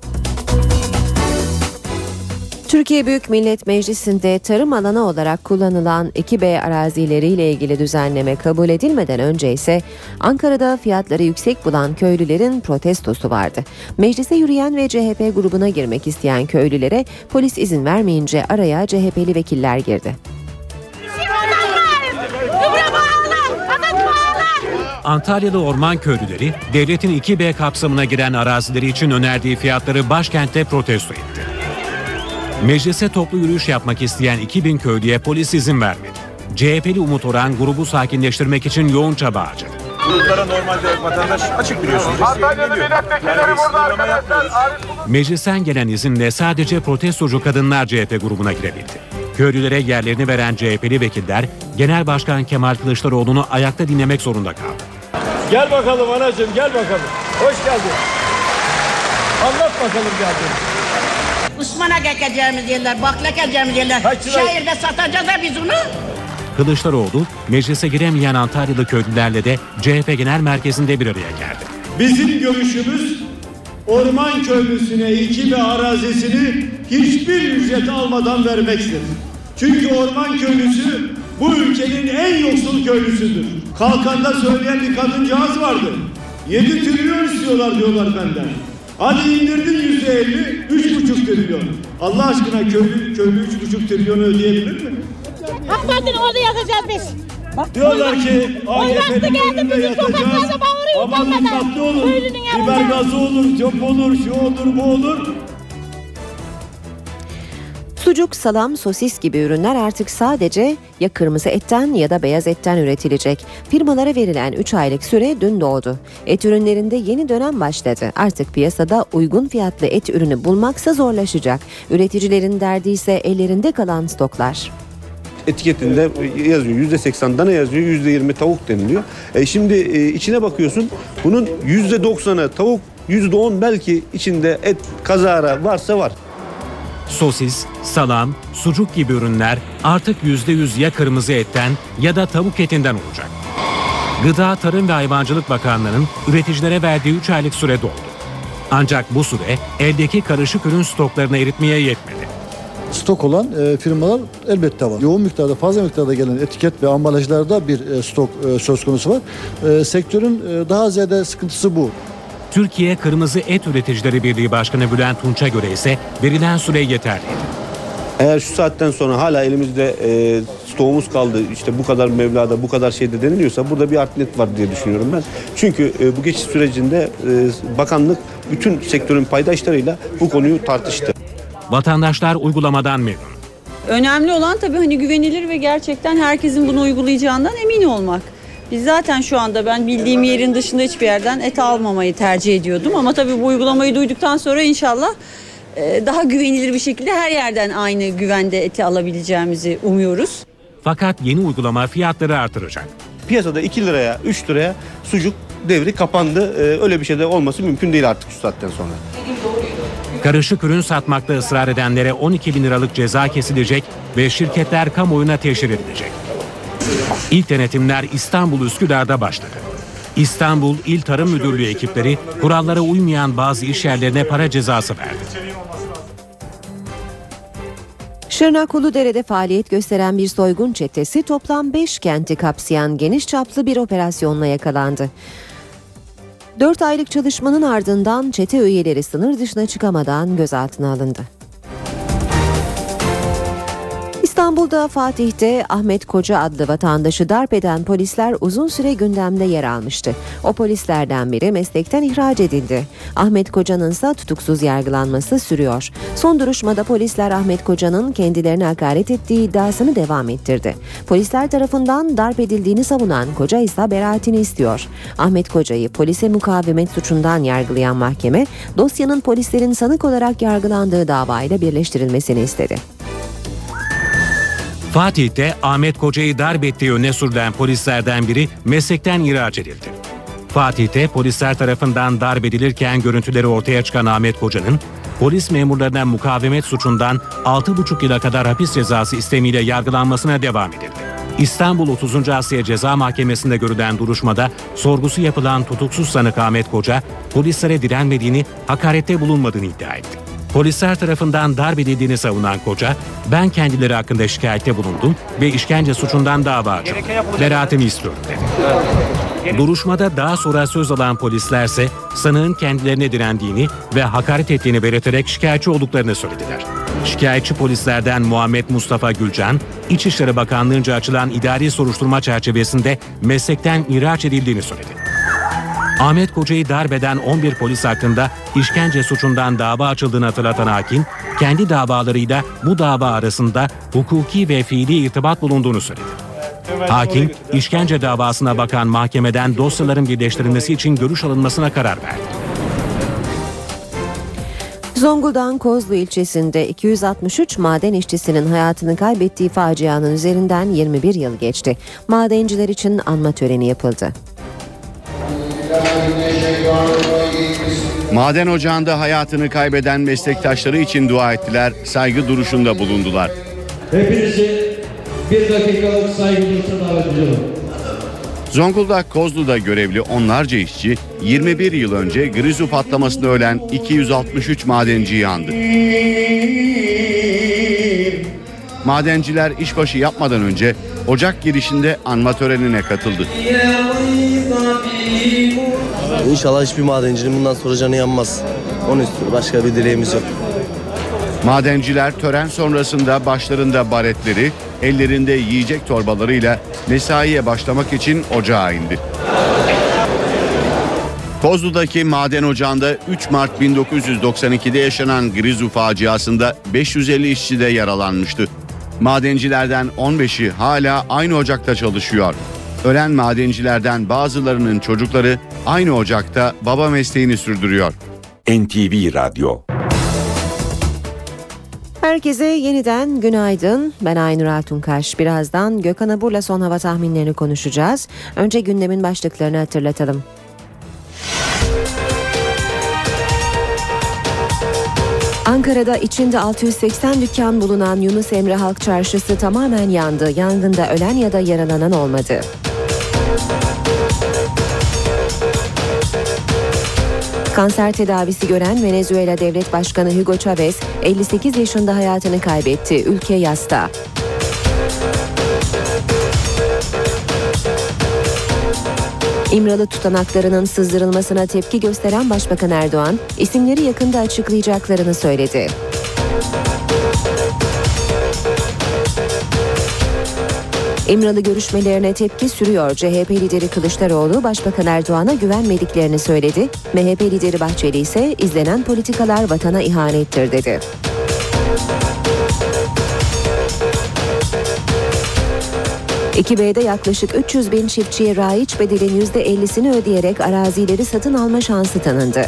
Türkiye Büyük Millet Meclisi'nde tarım alanı olarak kullanılan iki B arazileriyle ilgili düzenleme kabul edilmeden önce ise Ankara'da fiyatları yüksek bulan köylülerin protestosu vardı. Meclise yürüyen ve C H P grubuna girmek isteyen köylülere polis izin vermeyince araya C H P'li vekiller girdi. Antalya'da orman köylüleri devletin iki B kapsamına giren arazileri için önerdiği fiyatları başkentte protesto etti. Meclise toplu yürüyüş yapmak isteyen iki bin köylüye polis izin vermedi. C H P'li Umut Orhan grubu sakinleştirmek için yoğun çaba harcadı. Gruplara normalde vatandaş açık biliyorsunuz. Antalya'da milletvekilleri burada arkadaşlar. Meclisten gelen izinle sadece protestocu kadınlar C H P grubuna girebildi. Köylülere yerlerini veren C H P'li vekiller Genel Başkan Kemal Kılıçdaroğlu'nu ayakta dinlemek zorunda kaldı. Gel bakalım anacığım, gel bakalım. Hoş geldin. Anlat bakalım geldin. Osman'a geçeceğimiz yerler, Bakla geçeceğimiz yerler. Şehirde satacağız da biz onu. Kılıçdaroğlu, meclise giremeyen Antalyalı köylülerle de C H P Genel Merkezi'nde bir araya geldi. Bizim görüşümüz orman köylüsüne iki B arazisini hiçbir ücret almadan vermektir. Çünkü orman köylüsü bu ülkenin en yoksul köylüsüdür. Kalkanda söyleyen bir kadıncağız vardı. yedi trilyon istiyorlar diyorlar benden. Hadi indirdin yüzde elli, üç buçuk trilyon. Allah aşkına köylü, köylü üç buçuk trilyonu ödeyebilir mi? AK Parti'nin orada yatacağız biz. Bak, diyorlar ki A K P'nin önünde yatacağız. Aman dikkatli olun. Biber gazı olur, çöp olur, şu olur, bu olur. Sucuk, salam, sosis gibi ürünler artık sadece ya kırmızı etten ya da beyaz etten üretilecek. Firmalara verilen üç aylık süre dün doğdu. Et ürünlerinde yeni dönem başladı. Artık piyasada uygun fiyatlı et ürünü bulmaksa zorlaşacak. Üreticilerin derdi ise ellerinde kalan stoklar. Etiketinde yazıyor yüzde seksen dana yazıyor, yüzde yirmi tavuk deniliyor. E şimdi e, içine bakıyorsun bunun yüzde doksanı tavuk, yüzde on belki içinde et kazara varsa var. Sosis, salam, sucuk gibi ürünler artık yüzde yüz ya kırmızı etten ya da tavuk etinden olacak. Gıda, Tarım ve Hayvancılık Bakanlığı'nın üreticilere verdiği üç aylık süre doldu. Ancak bu süre eldeki karışık ürün stoklarını eritmeye yetmedi. Stok olan e, firmalar elbette var. Yoğun miktarda, fazla miktarda gelen etiket ve ambalajlarda bir e, stok e, söz konusu var. E, sektörün e, daha ziyade sıkıntısı bu. Türkiye Kırmızı Et Üreticileri Birliği Başkanı Bülent Tunç'a göre ise verilen süre yeterli. Eğer şu saatten sonra hala elimizde e, stok stoğumuz kaldı, işte bu kadar mevlada, bu kadar şeyde deniliyorsa burada bir art niyet var diye düşünüyorum ben. Çünkü e, bu geçiş sürecinde e, bakanlık bütün sektörün paydaşlarıyla bu konuyu tartıştı. Vatandaşlar uygulamadan memnun. Önemli olan tabii hani güvenilir ve gerçekten herkesin bunu uygulayacağından emin olmak. Biz zaten şu anda ben bildiğim yerin dışında hiçbir yerden et almamayı tercih ediyordum. Ama tabii bu uygulamayı duyduktan sonra inşallah daha güvenilir bir şekilde her yerden aynı güvende eti alabileceğimizi umuyoruz. Fakat yeni uygulama fiyatları artıracak. Piyasada iki liraya, üç liraya sucuk devri kapandı. Ee, öyle bir şey de olması mümkün değil artık şu saatten sonra. Karışık ürün satmakta ısrar edenlere on iki bin liralık ceza kesilecek ve şirketler kamuoyuna teşhir edilecek. İlk denetimler İstanbul Üsküdar'da başladı. İstanbul İl Tarım Müdürlüğü ekipleri kurallara uymayan bazı iş yerlerine para cezası verdi. Şırnak Uludere'de faaliyet gösteren bir soygun çetesi toplam beş kenti kapsayan geniş çaplı bir operasyonla yakalandı. dört aylık çalışmanın ardından çete üyeleri sınır dışına çıkamadan gözaltına alındı. İstanbul'da Fatih'te Ahmet Koca adlı vatandaşı darp eden polisler uzun süre gündemde yer almıştı. O polislerden biri meslekten ihraç edildi. Ahmet Koca'nın ise tutuksuz yargılanması sürüyor. Son duruşmada polisler Ahmet Koca'nın kendilerine hakaret ettiği iddiasını devam ettirdi. Polisler tarafından darp edildiğini savunan Koca ise beraatini istiyor. Ahmet Koca'yı polise mukavemet suçundan yargılayan mahkeme dosyanın polislerin sanık olarak yargılandığı davayla birleştirilmesini istedi. Fatih'te Ahmet Koca'yı darp ettiği öne sürülen polislerden biri meslekten ihraç edildi. Fatih'te polisler tarafından darp edilirken görüntüleri ortaya çıkan Ahmet Koca'nın polis memurlarına mukavemet suçundan altı buçuk yıla kadar hapis cezası istemiyle yargılanmasına devam edildi. İstanbul otuzuncu Asliye Ceza Mahkemesi'nde görülen duruşmada sorgusu yapılan tutuksuz sanık Ahmet Koca, polislere direnmediğini, hakarette bulunmadığını iddia etti. Polisler tarafından darp edildiğini savunan Koca, ben kendileri hakkında şikayette bulundum ve işkence suçundan dava açıldı. Beraatimi istiyorum dedi. Duruşmada daha sonra söz alan polislerse sanığın kendilerine direndiğini ve hakaret ettiğini belirterek şikayetçi olduklarını söylediler. Şikayetçi polislerden Muhammed Mustafa Gülcan, İçişleri Bakanlığı'nca açılan idari soruşturma çerçevesinde meslekten ihraç edildiğini söyledi. Ahmet Koca'yı darp eden on bir polis hakkında işkence suçundan dava açıldığını hatırlatan hakim, kendi davalarıyla bu dava arasında hukuki ve fiili irtibat bulunduğunu söyledi. Hakim, işkence davasına bakan mahkemeden dosyaların birleştirilmesi için görüş alınmasına karar verdi. Zonguldak'ın Kozlu ilçesinde iki yüz altmış üç maden işçisinin hayatını kaybettiği facianın üzerinden yirmi bir yıl geçti. Madenciler için anma töreni yapıldı. Maden ocağında hayatını kaybeden meslektaşları için dua ettiler, saygı duruşunda bulundular. Hepinizi bir dakikalık saygı duruşuna davet ediyorum. Zonguldak Kozlu'da görevli onlarca işçi yirmi bir yıl önce Grizu patlamasında ölen iki yüz altmış üç madenciyi andı. Madenciler işbaşı yapmadan önce ocak girişinde anma törenine katıldı. İnşallah hiçbir madencinin bundan sonra canı yanmaz. Onun üstüne başka bir dileğimiz yok. Madenciler tören sonrasında başlarında baretleri, ellerinde yiyecek torbalarıyla mesaiye başlamak için ocağa indi. Kozlu'daki maden ocağında üç Mart bin dokuz yüz doksan ikide yaşanan Grizu faciasında beş yüz elli işçi de yaralanmıştı. Madencilerden on beşi hala aynı ocakta çalışıyor. Ölen madencilerden bazılarının çocukları aynı ocakta baba mesleğini sürdürüyor. N T V Radyo. Herkese yeniden günaydın. Ben Aynur Altunkaş. Birazdan Gökhan Abur'la son hava tahminlerini konuşacağız. Önce gündemin başlıklarını hatırlatalım. Ankara'da içinde altı yüz seksen dükkan bulunan Yunus Emre Halk Çarşısı tamamen yandı. Yangında ölen ya da yaralanan olmadı. Kanser tedavisi gören Venezuela Devlet Başkanı Hugo Chavez elli sekiz yaşında hayatını kaybetti. Ülke yasta. İmralı tutanaklarının sızdırılmasına tepki gösteren Başbakan Erdoğan, isimleri yakında açıklayacaklarını söyledi. İmralı görüşmelerine tepki sürüyor. C H P lideri Kılıçdaroğlu, Başbakan Erdoğan'a güvenmediklerini söyledi. M H P lideri Bahçeli ise izlenen politikalar vatana ihanettir dedi. iki B'de yaklaşık üç yüz bin çiftçiye raiç bedelin yüzde ellisini ödeyerek arazileri satın alma şansı tanındı.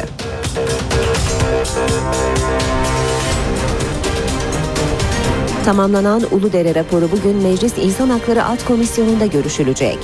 Tamamlanan Uludere raporu bugün Meclis İnsan Hakları Alt Komisyonu'nda görüşülecek.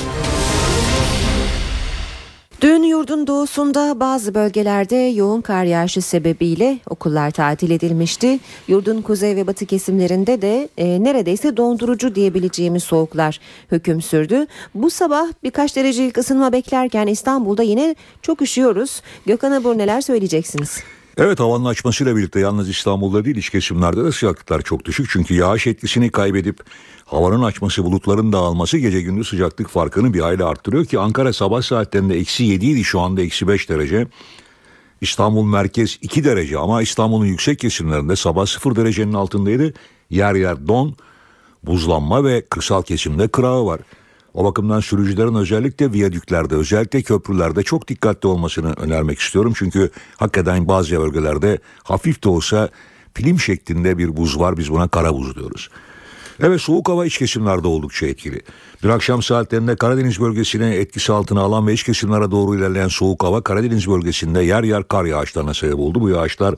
Dün yurdun doğusunda bazı bölgelerde yoğun kar yağışı sebebiyle okullar tatil edilmişti. Yurdun kuzey ve batı kesimlerinde de e, neredeyse dondurucu diyebileceğimiz soğuklar hüküm sürdü. Bu sabah birkaç derecelik ısınma beklerken İstanbul'da yine çok üşüyoruz. Gökhan Abur, neler söyleyeceksiniz? Evet, havanın açmasıyla birlikte yalnız İstanbul'da değil, iç kesimlerde de sıcaklıklar çok düşük. Çünkü yağış etkisini kaybedip havanın açması, bulutların dağılması gece gündüz sıcaklık farkını bir hayli arttırıyor ki Ankara sabah saatlerinde eksi yedi idi, şu anda eksi beş derece. İstanbul merkez iki derece ama İstanbul'un yüksek kesimlerinde sabah sıfır derecenin altındaydı. Yer yer don, buzlanma ve kırsal kesimde kırağı var. O bakımdan sürücülerin özellikle viyadüklerde, özellikle köprülerde çok dikkatli olmasını önermek istiyorum. Çünkü hakikaten bazı bölgelerde hafif de olsa film şeklinde bir buz var. Biz buna kara buz diyoruz. Evet, soğuk hava iç kesimlerde oldukça etkili. Dün akşam saatlerinde Karadeniz bölgesine etkisi altına alan ve iç kesimlere doğru ilerleyen soğuk hava Karadeniz bölgesinde yer yer kar yağışlarına sebep oldu. Bu yağışlar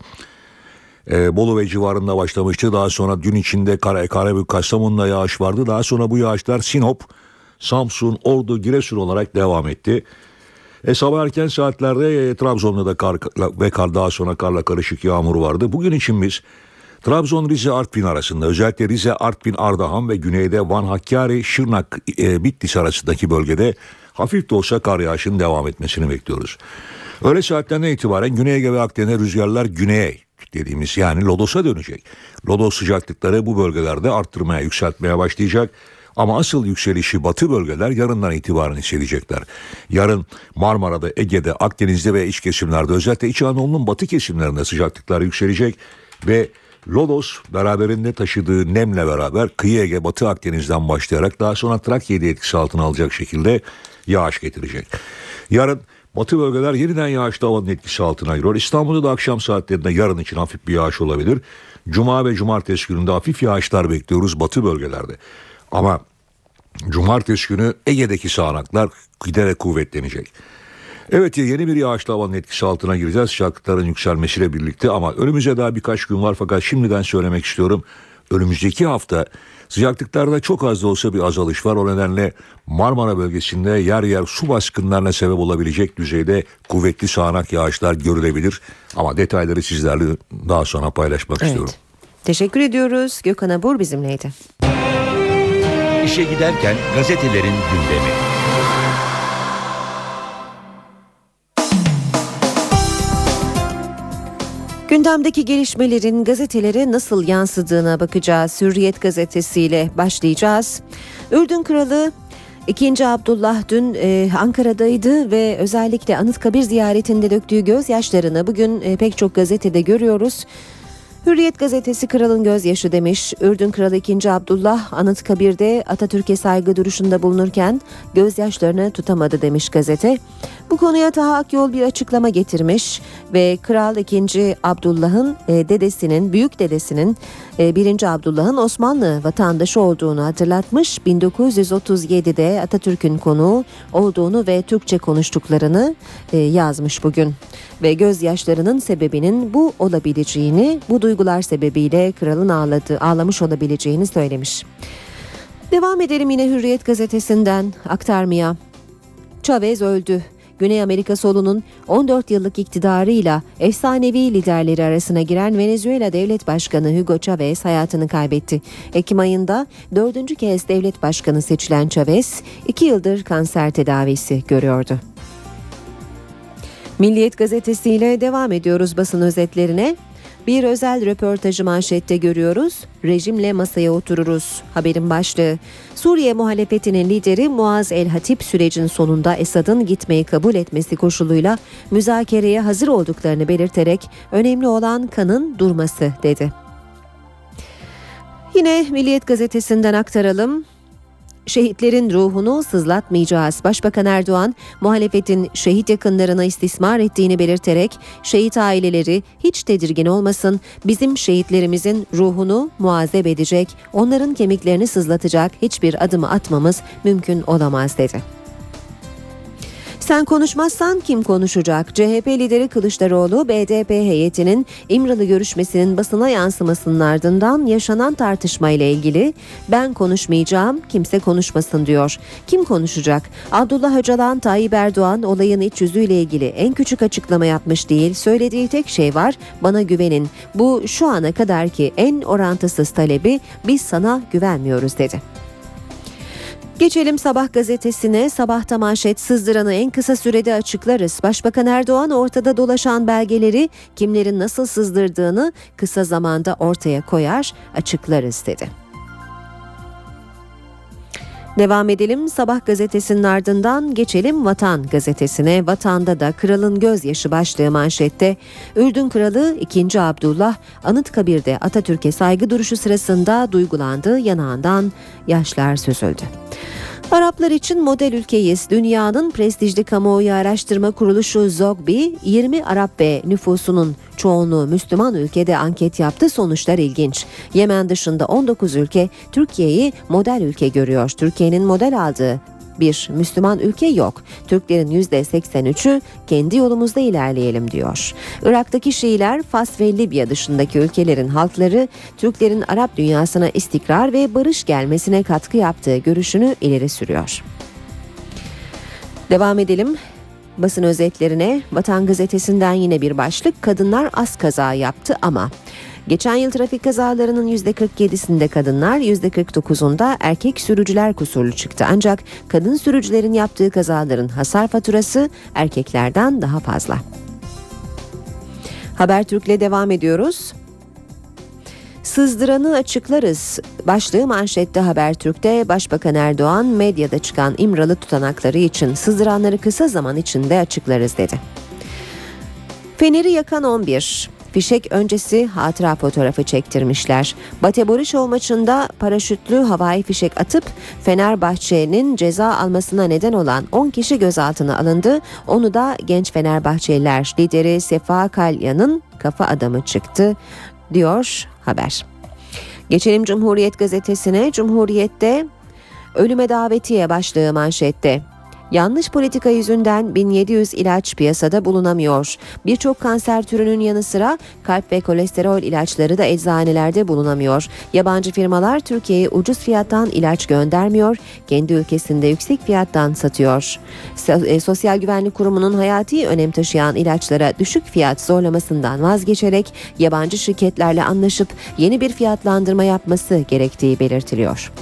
e, Bolu ve civarında başlamıştı. Daha sonra dün içinde Kara, Karabük, Kastamonu'da yağış vardı. Daha sonra bu yağışlar Sinop, Samsun, Ordu, Giresun olarak devam etti. E, sabah erken saatlerde e, Trabzon'da da kar ve kar, daha sonra karla karışık yağmur vardı. Bugün için biz Trabzon, Rize, Artvin arasında, özellikle Rize, Artvin, Ardahan ve güneyde Van, Hakkari, Şırnak, e, Bitlis arasındaki bölgede hafif de olsa kar yağışının devam etmesini bekliyoruz. Öğle saatlerine itibaren Güney Ege ve Akdeniz rüzgarlar güneye dediğimiz yani Lodos'a dönecek. Lodos sıcaklıkları bu bölgelerde arttırmaya, yükseltmeye başlayacak. Ama asıl yükselişi batı bölgeler yarından itibaren hissedecekler. Yarın Marmara'da, Ege'de, Akdeniz'de ve iç kesimlerde, özellikle İç Anadolu'nun batı kesimlerinde sıcaklıklar yükselecek ve Lodos beraberinde taşıdığı nemle beraber kıyı Ege, Batı Akdeniz'den başlayarak daha sonra Trakya'yı etkisi altına alacak şekilde yağış getirecek. Yarın batı bölgeler yeniden yağışlı havanın etkisi altına giriyor. İstanbul'da da akşam saatlerinde yarın için hafif bir yağış olabilir. Cuma ve cumartesi gününde hafif yağışlar bekliyoruz batı bölgelerde. Ama cumartesi günü Ege'deki sağanaklar giderek kuvvetlenecek. Evet, yeni bir yağışlı havanın etkisi altına gireceğiz sıcaklıkların yükselmesiyle birlikte ama önümüze daha birkaç gün var. Fakat şimdiden söylemek istiyorum, önümüzdeki hafta sıcaklıklarda çok az da olsa bir azalış var. O nedenle Marmara bölgesinde yer yer su baskınlarına sebep olabilecek düzeyde kuvvetli sağanak yağışlar görülebilir. Ama detayları sizlerle daha sonra paylaşmak evet. istiyorum. Teşekkür ediyoruz. Gökhan Abur bizimleydi. İşe giderken gazetelerin gündemi. Gündemdeki gelişmelerin gazetelere nasıl yansıdığına bakacağız. Hürriyet gazetesiyle başlayacağız. Ürdün Kralı ikinci. Abdullah dün e, Ankara'daydı ve özellikle Anıtkabir ziyaretinde döktüğü gözyaşlarını bugün e, pek çok gazetede görüyoruz. Hürriyet gazetesi kralın gözyaşı demiş. Ürdün Kralı ikinci. Abdullah Anıtkabir'de Atatürk'e saygı duruşunda bulunurken gözyaşlarını tutamadı demiş gazete. Bu konuya Taha Akyol bir açıklama getirmiş ve Kral ikinci. Abdullah'ın e, dedesinin, büyük dedesinin e, birinci. Abdullah'ın Osmanlı vatandaşı olduğunu hatırlatmış. bin dokuz yüz otuz yedide Atatürk'ün konuğu olduğunu ve Türkçe konuştuklarını e, yazmış bugün. Ve gözyaşlarının sebebinin bu olabileceğini, bu duygular sebebiyle kralın ağladığı, ağlamış olabileceğini söylemiş. Devam edelim yine Hürriyet gazetesinden aktarmaya. Chavez öldü. Güney Amerika solunun on dört yıllık iktidarıyla efsanevi liderleri arasına giren Venezuela Devlet Başkanı Hugo Chavez hayatını kaybetti. Ekim ayında dördüncü kez devlet başkanı seçilen Chavez, iki yıldır kanser tedavisi görüyordu. Milliyet gazetesiyle devam ediyoruz basın özetlerine. Bir özel röportajı manşette görüyoruz. Rejimle masaya otururuz. Haberin başlığı. Suriye muhalefetinin lideri Muaz el-Hatip sürecin sonunda Esad'ın gitmeyi kabul etmesi koşuluyla müzakereye hazır olduklarını belirterek önemli olan kanın durması dedi. Yine Milliyet gazetesinden aktaralım. Şehitlerin ruhunu sızlatmayacağız. Başbakan Erdoğan, muhalefetin şehit yakınlarını istismar ettiğini belirterek şehit aileleri hiç tedirgin olmasın, bizim şehitlerimizin ruhunu muazzeb edecek, onların kemiklerini sızlatacak hiçbir adımı atmamız mümkün olamaz dedi. Sen konuşmazsan kim konuşacak? C H P lideri Kılıçdaroğlu, B D P heyetinin İmralı görüşmesinin basına yansımasının ardından yaşanan tartışmayla ilgili ben konuşmayacağım, kimse konuşmasın diyor. Kim konuşacak? Abdullah Öcalan, Tayyip Erdoğan olayın iç yüzüyle ilgili en küçük açıklama yapmış değil. Söylediği tek şey var, bana güvenin. Bu şu ana kadarki en orantısız talebi, biz sana güvenmiyoruz dedi. Geçelim Sabah gazetesine. Sabahta manşet, sızdıranı en kısa sürede açıklarız. Başbakan Erdoğan ortada dolaşan belgeleri, kimlerin nasıl sızdırdığını kısa zamanda ortaya koyar, açıklarız dedi. Devam edelim Sabah gazetesinin ardından geçelim Vatan gazetesine. Vatan'da da kralın gözyaşı başlığı manşette. Ürdün Kralı ikinci. Abdullah Anıtkabir'de Atatürk'e saygı duruşu sırasında duygulandı, yanağından yaşlar süzüldü. Araplar için model ülkeyiz. Dünyanın prestijli kamuoyu araştırma kuruluşu Zogby, yirmi Arap ve nüfusunun çoğunluğu Müslüman ülkede anket yaptı. Sonuçlar ilginç. Yemen dışında on dokuz ülke Türkiye'yi model ülke görüyor. Türkiye'nin model aldığı bir Müslüman ülke yok. Türklerin yüzde seksen üçü kendi yolumuzda ilerleyelim diyor. Irak'taki Şiiler, Fas ve Libya dışındaki ülkelerin halkları Türklerin Arap dünyasına istikrar ve barış gelmesine katkı yaptığı görüşünü ileri sürüyor. Devam edelim basın özetlerine. Vatan gazetesinden yine bir başlık, kadınlar az kaza yaptı ama. Geçen yıl trafik kazalarının yüzde kırk yedisinde kadınlar, yüzde kırk dokuzunda erkek sürücüler kusurlu çıktı. Ancak kadın sürücülerin yaptığı kazaların hasar faturası erkeklerden daha fazla. Habertürk'le devam ediyoruz. Sızdıranı açıklarız başlığı manşette Habertürk'te. Başbakan Erdoğan, medyada çıkan İmralı tutanakları için sızdıranları kısa zaman içinde açıklarız dedi. Feneri yakan on bir. Fişek öncesi hatıra fotoğrafı çektirmişler. Bate Borisov maçında paraşütlü havai fişek atıp Fenerbahçe'nin ceza almasına neden olan on kişi gözaltına alındı. Onu da genç Fenerbahçeliler lideri Sefa Kalya'nın kafa adamı çıktı diyor haber. Geçelim Cumhuriyet gazetesine. Cumhuriyet'te ölüme davetiye başlığı manşette. Yanlış politika yüzünden bin yedi yüz ilaç piyasada bulunamıyor. Birçok kanser türünün yanı sıra kalp ve kolesterol ilaçları da eczanelerde bulunamıyor. Yabancı firmalar Türkiye'ye ucuz fiyattan ilaç göndermiyor, kendi ülkesinde yüksek fiyattan satıyor. Sosyal Güvenlik Kurumu'nun hayati önem taşıyan ilaçlara düşük fiyat zorlamasından vazgeçerek yabancı şirketlerle anlaşıp yeni bir fiyatlandırma yapması gerektiği belirtiliyor.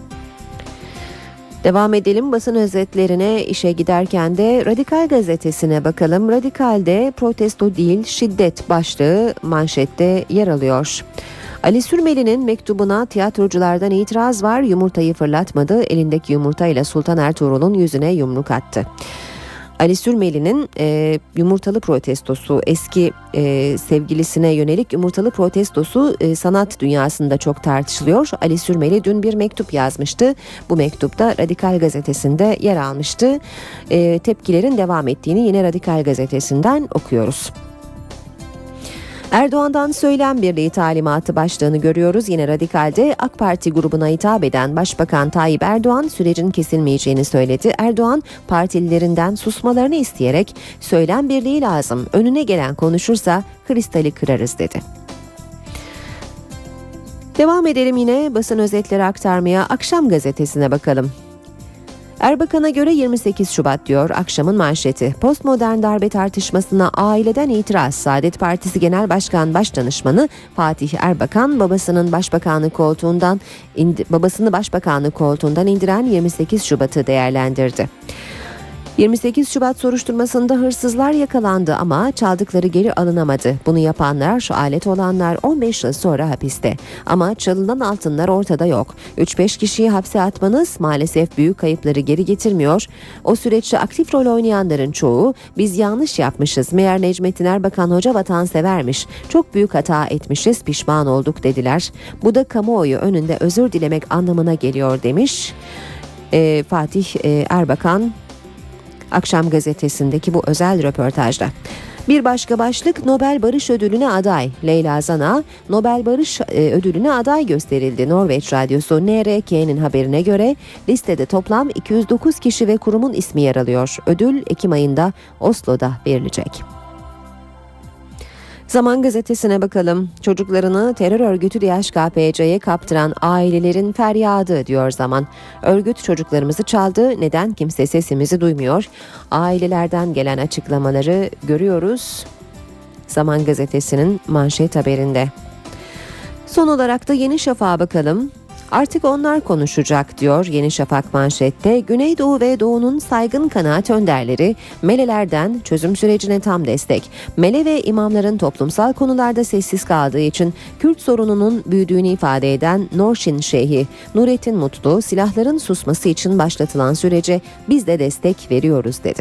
Devam edelim basın özetlerine. İşe giderken de Radikal gazetesine bakalım. Radikal'de protesto değil şiddet başlığı manşette yer alıyor. Ali Sürmeli'nin mektubuna tiyatroculardan itiraz var. Yumurtayı fırlatmadı. Elindeki yumurtayla Sultan Ertuğrul'un yüzüne yumruk attı. Ali Sürmeli'nin e, yumurtalı protestosu, eski e, sevgilisine yönelik yumurtalı protestosu e, sanat dünyasında çok tartışılıyor. Ali Sürmeli dün bir mektup yazmıştı. Bu mektupta Radikal gazetesinde yer almıştı. E, tepkilerin devam ettiğini yine Radikal gazetesinden okuyoruz. Erdoğan'dan söylem birliği talimatı başlığını görüyoruz. Yine Radikal'de AK Parti grubuna hitap eden Başbakan Tayyip Erdoğan sürecin kesilmeyeceğini söyledi. Erdoğan partililerinden susmalarını isteyerek söylem birliği lazım, önüne gelen konuşursa kristali kırarız dedi. Devam edelim yine basın özetleri aktarmaya. Akşam gazetesine bakalım. Erbakan'a göre yirmi sekiz Şubat diyor akşamın manşeti. Postmodern darbe tartışmasına aileden itiraz. Saadet Partisi Genel Başkan Başdanışmanı Fatih Erbakan babasının başbakanlık koltuğundan indi, babasını başbakanlık koltuğundan indiren yirmi sekiz Şubat'ı değerlendirdi. yirmi sekiz Şubat soruşturmasında hırsızlar yakalandı ama çaldıkları geri alınamadı. Bunu yapanlar, alet olanlar on beş yıl sonra hapiste. Ama çalınan altınlar ortada yok. üç beş kişiyi hapse atmanız maalesef büyük kayıpları geri getirmiyor. O süreçte aktif rol oynayanların çoğu biz yanlış yapmışız. Meğer Necmettin Erbakan Hoca vatansevermiş. Çok büyük hata etmişiz, pişman olduk dediler. Bu da kamuoyu önünde özür dilemek anlamına geliyor demiş. e, Fatih e, Erbakan Akşam Gazetesi'ndeki bu özel röportajda. Bir başka başlık, Nobel Barış Ödülü'ne aday. Leyla Zana Nobel Barış e, Ödülü'ne aday gösterildi. Norveç Radyosu N R K'nin haberine göre listede toplam iki yüz dokuz kişi ve kurumun ismi yer alıyor. Ödül Ekim ayında Oslo'da verilecek. Zaman Gazetesi'ne bakalım. Çocuklarını terör örgütü D H K P C'ye kaptıran ailelerin feryadı diyor Zaman. Örgüt çocuklarımızı çaldı, neden kimse sesimizi duymuyor? Ailelerden gelen açıklamaları görüyoruz. Zaman Gazetesi'nin manşet haberinde. Son olarak da Yeni Şafak'a bakalım. Artık onlar konuşacak diyor Yeni Şafak manşette. Güneydoğu ve Doğu'nun saygın kanaat önderleri Melelerden çözüm sürecine tam destek. Mele ve imamların toplumsal konularda sessiz kaldığı için Kürt sorununun büyüdüğünü ifade eden Norşin Şeyhi Nurettin Mutlu, silahların susması için başlatılan sürece biz de destek veriyoruz dedi.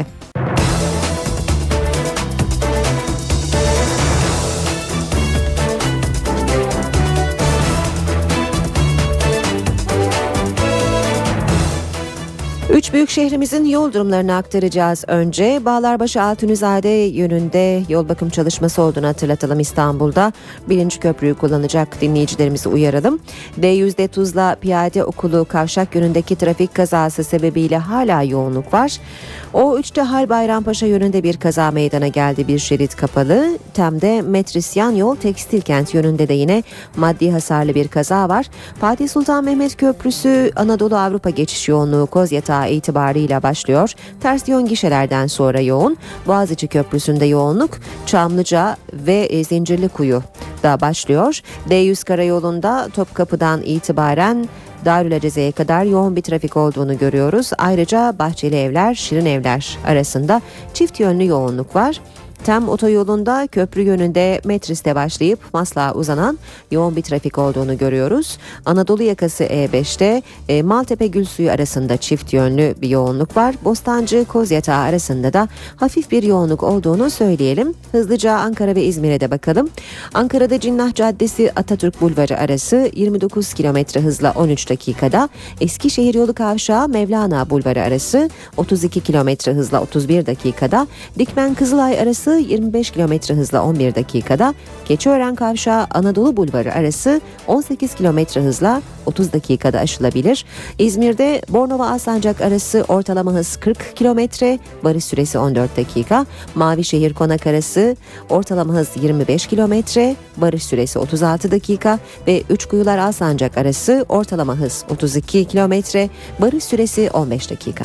Üç büyük şehrimizin yol durumlarını aktaracağız önce. Bağlarbaşı Altunizade yönünde yol bakım çalışması olduğunu hatırlatalım İstanbul'da. Birinci köprüyü kullanacak dinleyicilerimizi uyaralım. D yüzde Tuzla Piyade Okulu kavşak yönündeki trafik kazası sebebiyle hala yoğunluk var. O üçte Hal Bayrampaşa yönünde bir kaza meydana geldi. Bir şerit kapalı. Tem'de Metris yan yol Tekstilkent yönünde de yine maddi hasarlı bir kaza var. Fatih Sultan Mehmet Köprüsü Anadolu Avrupa geçiş yoğunluğu Kozyatağı itibarıyla başlıyor. Ters yön gişelerden sonra yoğun. Boğaziçi Köprüsü'nde yoğunluk Çamlıca ve Zincirlikuyu'da başlıyor. D yüz Karayolu'nda Topkapı'dan itibaren Darülaceze'ye kadar yoğun bir trafik olduğunu görüyoruz. Ayrıca Bahçeli Evler, Şirin Evler arasında çift yönlü yoğunluk var. Tem otoyolunda köprü yönünde Metris'te başlayıp Maslak'a uzanan yoğun bir trafik olduğunu görüyoruz. Anadolu yakası E beşte e, Maltepe Gülsuyu arasında çift yönlü bir yoğunluk var. Bostancı Kozyatağı arasında da hafif bir yoğunluk olduğunu söyleyelim. Hızlıca Ankara ve İzmir'e de bakalım. Ankara'da Cinnah Caddesi Atatürk Bulvarı arası yirmi dokuz kilometre hızla on üç dakikada. Eskişehir Yolu Kavşağı Mevlana Bulvarı arası otuz iki kilometre hızla otuz bir dakikada. Dikmen Kızılay arası yirmi beş kilometre hızla on bir dakikada, Keçiören Kavşağı Anadolu Bulvarı arası on sekiz kilometre hızla otuz dakikada aşılabilir. İzmir'de Bornova Alsancak arası ortalama hız kırk kilometre, varış süresi on dört dakika. Mavişehir Konak arası ortalama hız yirmi beş kilometre, varış süresi otuz altı dakika ve Üçkuyular Alsancak arası ortalama hız otuz iki kilometre, varış süresi on beş dakika.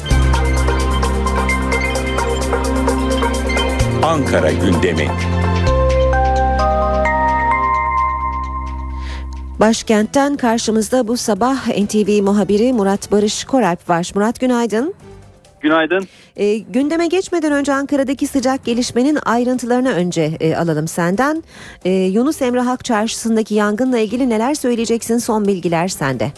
Ankara gündemi. Başkentten karşımızda bu sabah N T V muhabiri Murat Barış Koralp var. Murat, günaydın. Günaydın. E, gündeme geçmeden önce Ankara'daki sıcak gelişmenin ayrıntılarını önce e, alalım senden. E, Yunus Emre Halk Çarşısı'ndaki yangınla ilgili neler söyleyeceksin? Son bilgiler sende.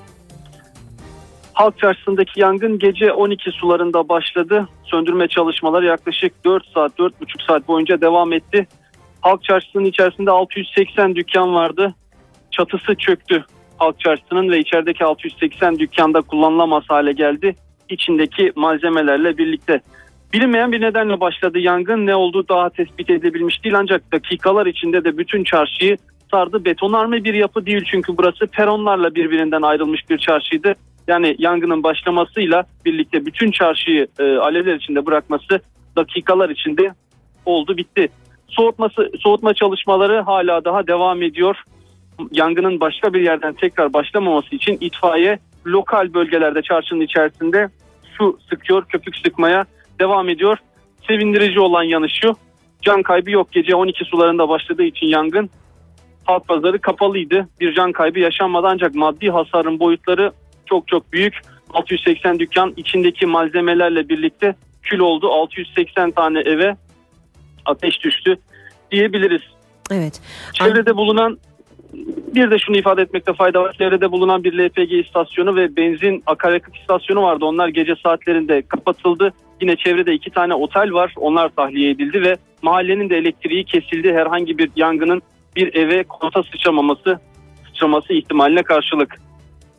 Halk Çarşısı'ndaki yangın gece on iki sularında başladı. Söndürme çalışmaları yaklaşık dört saat, dört buçuk saat boyunca devam etti. Halk Çarşısı'nın içerisinde altı yüz seksen dükkan vardı. Çatısı çöktü Halk Çarşısı'nın ve içerideki altı yüz seksen dükkanda kullanılamaz hale geldi. İçindeki malzemelerle birlikte. Bilinmeyen bir nedenle başladı yangın. Ne olduğu daha tespit edilebilmiş değil, ancak dakikalar içinde de bütün çarşıyı sardı. Betonarme bir yapı değil çünkü burası peronlarla birbirinden ayrılmış bir çarşıydı. Yani yangının başlamasıyla birlikte bütün çarşıyı e, alevler içinde bırakması dakikalar içinde oldu, bitti. Soğutması, soğutma çalışmaları hala daha devam ediyor. Yangının başka bir yerden tekrar başlamaması için itfaiye lokal bölgelerde çarşının içerisinde su sıkıyor, köpük sıkmaya devam ediyor. Sevindirici olan yanı şu: can kaybı yok. Gece on iki sularında başladığı için yangın, halk pazarı kapalıydı. Bir can kaybı yaşanmadı, ancak maddi hasarın boyutları çok çok büyük. altı yüz seksen dükkan içindeki malzemelerle birlikte kül oldu. altı yüz seksen tane eve ateş düştü diyebiliriz. Evet. Çevrede bulunan, bir de şunu ifade etmekte fayda var. Çevrede bulunan bir L P G istasyonu ve benzin akaryakıt istasyonu vardı. Onlar gece saatlerinde kapatıldı. Yine çevrede iki tane otel var. Onlar tahliye edildi ve mahallenin de elektriği kesildi. Herhangi bir yangının bir eve konta sıçramaması, sıçraması ihtimaline karşılık.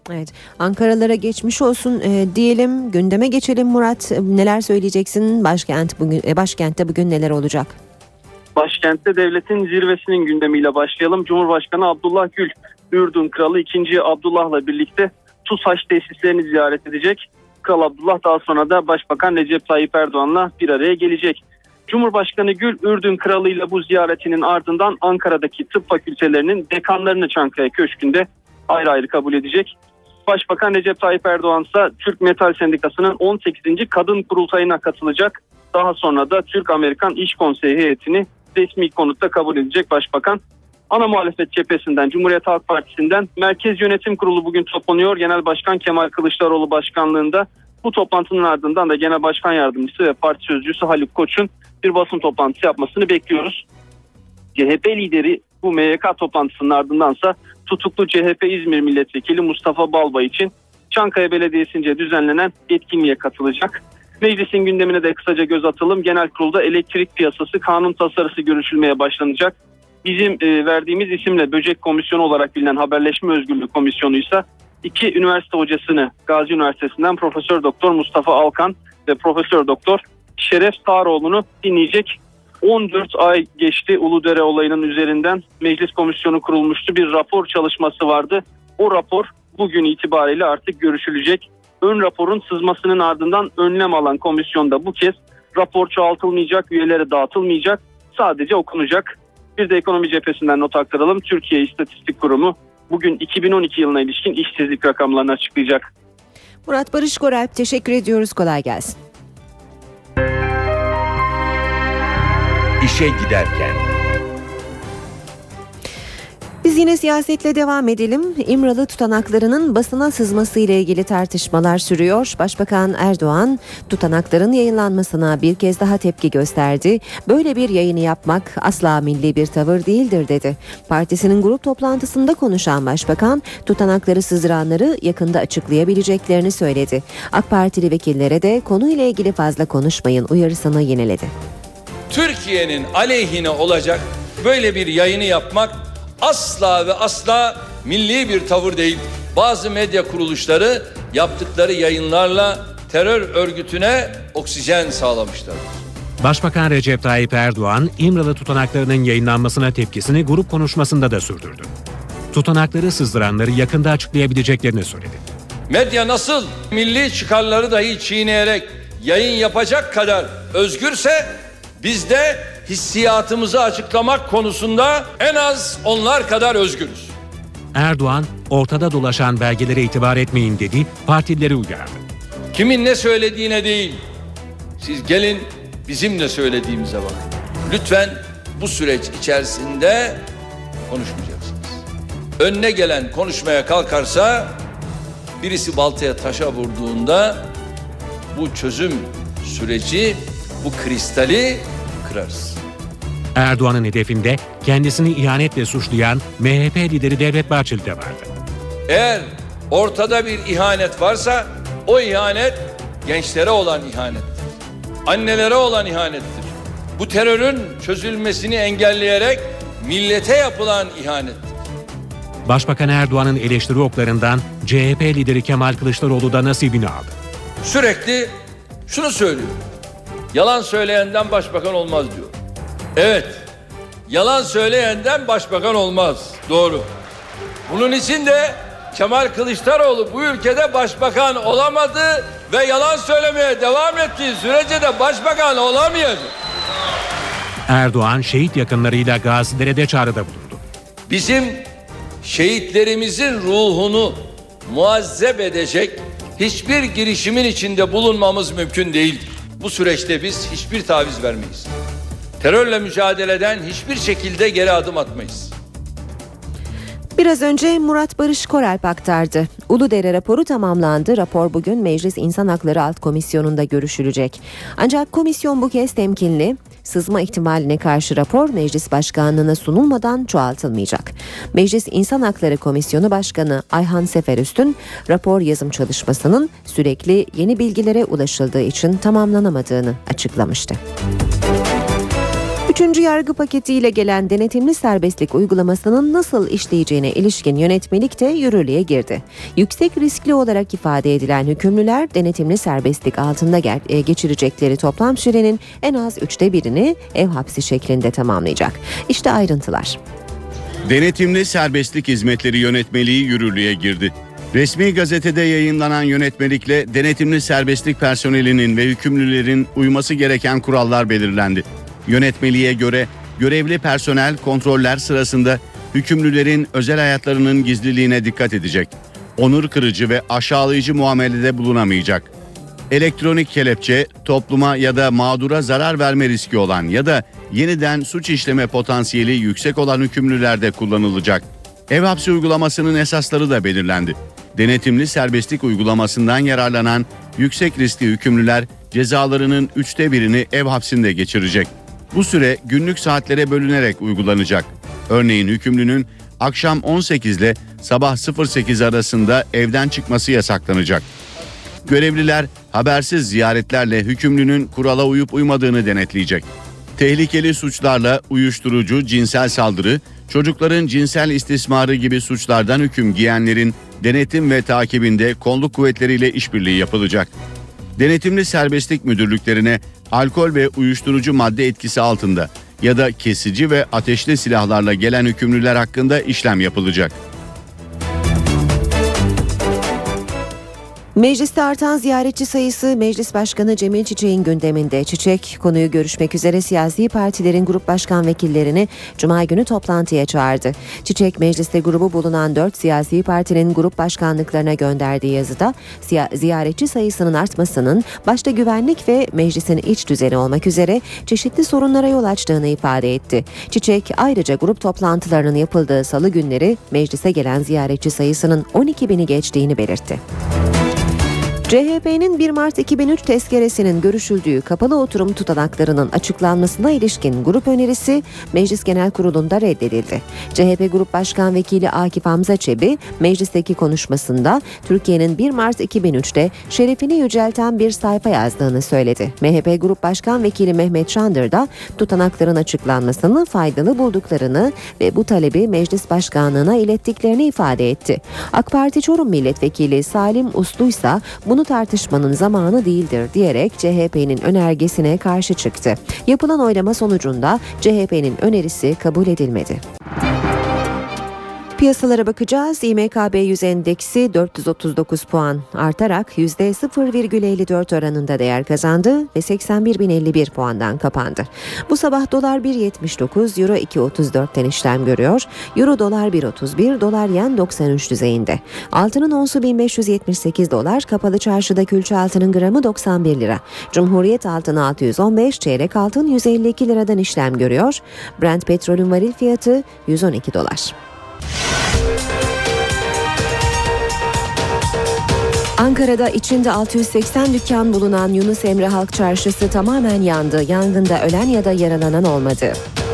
Evet, Ankaralara geçmiş olsun e, diyelim, gündeme geçelim Murat. Neler söyleyeceksin? Başkent bugün e, başkentte bugün neler olacak? Başkentte devletin zirvesinin gündemiyle başlayalım. Cumhurbaşkanı Abdullah Gül, Ürdün Kralı ikinci. Abdullah'la birlikte TUSAŞ tesislerini ziyaret edecek. Kral Abdullah daha sonra da Başbakan Recep Tayyip Erdoğan'la bir araya gelecek. Cumhurbaşkanı Gül, Ürdün Kralı ile bu ziyaretinin ardından Ankara'daki tıp fakültelerinin dekanlarını Çankaya Köşkü'nde ayrı ayrı kabul edecek. Başbakan Recep Tayyip Erdoğan ise Türk Metal Sendikası'nın on sekizinci kadın kurultayına katılacak. Daha sonra da Türk-Amerikan İş Konseyi heyetini resmi konutta kabul edecek Başbakan. Ana muhalefet cephesinden, Cumhuriyet Halk Partisi'nden Merkez Yönetim Kurulu bugün toplanıyor. Genel Başkan Kemal Kılıçdaroğlu başkanlığında. Bu toplantının ardından da Genel Başkan Yardımcısı ve Parti Sözcüsü Haluk Koç'un bir basın toplantısı yapmasını bekliyoruz. C H P lideri bu M Y K toplantısının ardındansa tutuklu C H P İzmir Milletvekili Mustafa Balbay için Çankaya Belediyesi'nce düzenlenen etkinliğe katılacak. Meclisin gündemine de kısaca göz atalım. Genel Kurul'da elektrik piyasası kanun tasarısı görüşülmeye başlanacak. Bizim e, verdiğimiz isimle Böcek Komisyonu olarak bilinen Haberleşme Özgürlüğü Komisyonu ise iki üniversite hocasını Gazi Üniversitesi'nden Profesör Doktor Mustafa Alkan ve Profesör Doktor Şeref Sağroğlu'nu dinleyecek. on dört ay geçti Uludere olayının üzerinden. Meclis komisyonu kurulmuştu. Bir rapor çalışması vardı. O rapor bugün itibariyle artık görüşülecek. Ön raporun sızmasının ardından önlem alan komisyonda bu kez rapor çoğaltılmayacak, üyeleri dağıtılmayacak, sadece okunacak. Bir de ekonomi cephesinden not aktaralım. Türkiye İstatistik Kurumu bugün iki bin on iki yılına ilişkin işsizlik rakamlarını açıklayacak. Murat Barış Koralp, teşekkür ediyoruz. Kolay gelsin. İşe giderken. Biz yine siyasetle devam edelim. İmralı tutanaklarının basına sızması ile ilgili tartışmalar sürüyor. Başbakan Erdoğan tutanakların yayınlanmasına bir kez daha tepki gösterdi. Böyle bir yayını yapmak asla milli bir tavır değildir dedi. Partisinin grup toplantısında konuşan Başbakan tutanakları sızdıranları yakında açıklayabileceklerini söyledi. AK Partili vekillere de konuyla ilgili fazla konuşmayın uyarısını yineledi. Türkiye'nin aleyhine olacak böyle bir yayını yapmak asla ve asla milli bir tavır değil. Bazı medya kuruluşları yaptıkları yayınlarla terör örgütüne oksijen sağlamışlardır. Başbakan Recep Tayyip Erdoğan, İmralı tutanaklarının yayınlanmasına tepkisini grup konuşmasında da sürdürdü. Tutanakları sızdıranları yakında açıklayabileceklerini söyledi. Medya nasıl milli çıkarları dahi çiğneyerek yayın yapacak kadar özgürse, biz de hissiyatımızı açıklamak konusunda en az onlar kadar özgürüz. Erdoğan, ortada dolaşan belgelere itibar etmeyin dedi, partilileri uyardı. Kimin ne söylediğine değil, siz gelin bizim ne söylediğimize bakın. Lütfen bu süreç içerisinde konuşmayacaksınız. Önüne gelen konuşmaya kalkarsa, birisi baltaya taşa vurduğunda bu çözüm süreci, bu kristali kırarız. Erdoğan'ın hedefinde kendisini ihanetle suçlayan M H P lideri Devlet Bahçeli de vardı. Eğer ortada bir ihanet varsa o ihanet gençlere olan ihanettir. Annelere olan ihanettir. Bu terörün çözülmesini engelleyerek millete yapılan ihanettir. Başbakan Erdoğan'ın eleştiri oklarından C H P lideri Kemal Kılıçdaroğlu da nasibini aldı. Sürekli şunu söylüyor. Yalan söyleyenden başbakan olmaz diyor. Evet, yalan söyleyenden başbakan olmaz. Doğru. Bunun için de Kemal Kılıçdaroğlu bu ülkede başbakan olamadı ve yalan söylemeye devam ettiği sürece de başbakan olamayacak. Erdoğan şehit yakınlarıyla gazilere de çağrıda bulundu. Bizim şehitlerimizin ruhunu muazzeb edecek hiçbir girişimin içinde bulunmamız mümkün değildir. Bu süreçte biz hiçbir taviz vermeyiz. Terörle mücadeleden hiçbir şekilde geri adım atmayız. Biraz önce Murat Barış Koralp aktardı. Uludere raporu tamamlandı. Rapor bugün Meclis İnsan Hakları Alt Komisyonu'nda görüşülecek. Ancak komisyon bu kez temkinli. Sızma ihtimaline karşı rapor Meclis Başkanlığı'na sunulmadan çoğaltılmayacak. Meclis İnsan Hakları Komisyonu Başkanı Ayhan Seferüstün, rapor yazım çalışmasının sürekli yeni bilgilere ulaşıldığı için tamamlanamadığını açıklamıştı. Üçüncü yargı paketiyle gelen denetimli serbestlik uygulamasının nasıl işleyeceğine ilişkin yönetmelik de yürürlüğe girdi. Yüksek riskli olarak ifade edilen hükümlüler denetimli serbestlik altında ger- geçirecekleri toplam sürenin en az üçte birini ev hapsi şeklinde tamamlayacak. İşte ayrıntılar. Denetimli serbestlik hizmetleri yönetmeliği yürürlüğe girdi. Resmi gazetede yayınlanan yönetmelikle denetimli serbestlik personelinin ve hükümlülerin uyması gereken kurallar belirlendi. Yönetmeliğe göre görevli personel kontroller sırasında hükümlülerin özel hayatlarının gizliliğine dikkat edecek. Onur kırıcı ve aşağılayıcı muamelede bulunamayacak. Elektronik kelepçe, topluma ya da mağdura zarar verme riski olan ya da yeniden suç işleme potansiyeli yüksek olan hükümlülerde kullanılacak. Ev hapsi uygulamasının esasları da belirlendi. Denetimli serbestlik uygulamasından yararlanan yüksek riskli hükümlüler cezalarının üçte birini ev hapsinde geçirecek. Bu süre günlük saatlere bölünerek uygulanacak. Örneğin hükümlünün akşam on sekiz ile sabah sekiz arasında evden çıkması yasaklanacak. Görevliler habersiz ziyaretlerle hükümlünün kurala uyup uymadığını denetleyecek. Tehlikeli suçlarla uyuşturucu, cinsel saldırı, çocukların cinsel istismarı gibi suçlardan hüküm giyenlerin denetim ve takibinde kolluk kuvvetleriyle işbirliği yapılacak. Denetimli serbestlik müdürlüklerine alkol ve uyuşturucu madde etkisi altında ya da kesici ve ateşli silahlarla gelen hükümlüler hakkında işlem yapılacak. Mecliste artan ziyaretçi sayısı Meclis Başkanı Cemil Çiçek'in gündeminde. Çiçek konuyu görüşmek üzere siyasi partilerin grup başkan vekillerini Cuma günü toplantıya çağırdı. Çiçek mecliste grubu bulunan dört siyasi partinin grup başkanlıklarına gönderdiği yazıda ziyaretçi sayısının artmasının başta güvenlik ve meclisin iç düzeni olmak üzere çeşitli sorunlara yol açtığını ifade etti. Çiçek ayrıca grup toplantılarının yapıldığı salı günleri meclise gelen ziyaretçi sayısının on iki bini geçtiğini belirtti. C H P'nin bir Mart iki bin üç tezkeresinin görüşüldüğü kapalı oturum tutanaklarının açıklanmasına ilişkin grup önerisi Meclis Genel Kurulu'nda reddedildi. C H P Grup Başkan Vekili Akif Hamza Çebi meclisteki konuşmasında Türkiye'nin bir Mart iki bin üçte şerefini yücelten bir sayfa yazdığını söyledi. M H P Grup Başkan Vekili Mehmet Şandır da tutanakların açıklanmasını faydalı bulduklarını ve bu talebi Meclis Başkanlığı'na ilettiklerini ifade etti. AK Parti Çorum Milletvekili Salim Uslu ise bunu tartışmanın zamanı değildir diyerek C H P'nin önergesine karşı çıktı. Yapılan oylama sonucunda C H P'nin önerisi kabul edilmedi. Piyasalara bakacağız. İ M K B yüz endeksi dört yüz otuz dokuz puan artarak yüzde sıfır virgül elli dört oranında değer kazandı ve seksen bir bin elli bir puandan kapandı. Bu sabah dolar bir virgül yetmiş dokuz, euro iki virgül otuz dörtten işlem görüyor. Euro dolar bir virgül otuz bir, dolar yen doksan üç düzeyinde. Altının onsu bin beş yüz yetmiş sekiz dolar, kapalı çarşıda külçe altının gramı doksan bir lira. Cumhuriyet altını altı yüz on beş, çeyrek altın yüz elli iki liradan işlem görüyor. Brent petrolün varil fiyatı yüz on iki dolar. Ankara'da içinde altı yüz seksen dükkan bulunan Yunus Emre Halk Çarşısı tamamen yandı. Yangında ölen ya da yaralanan olmadı.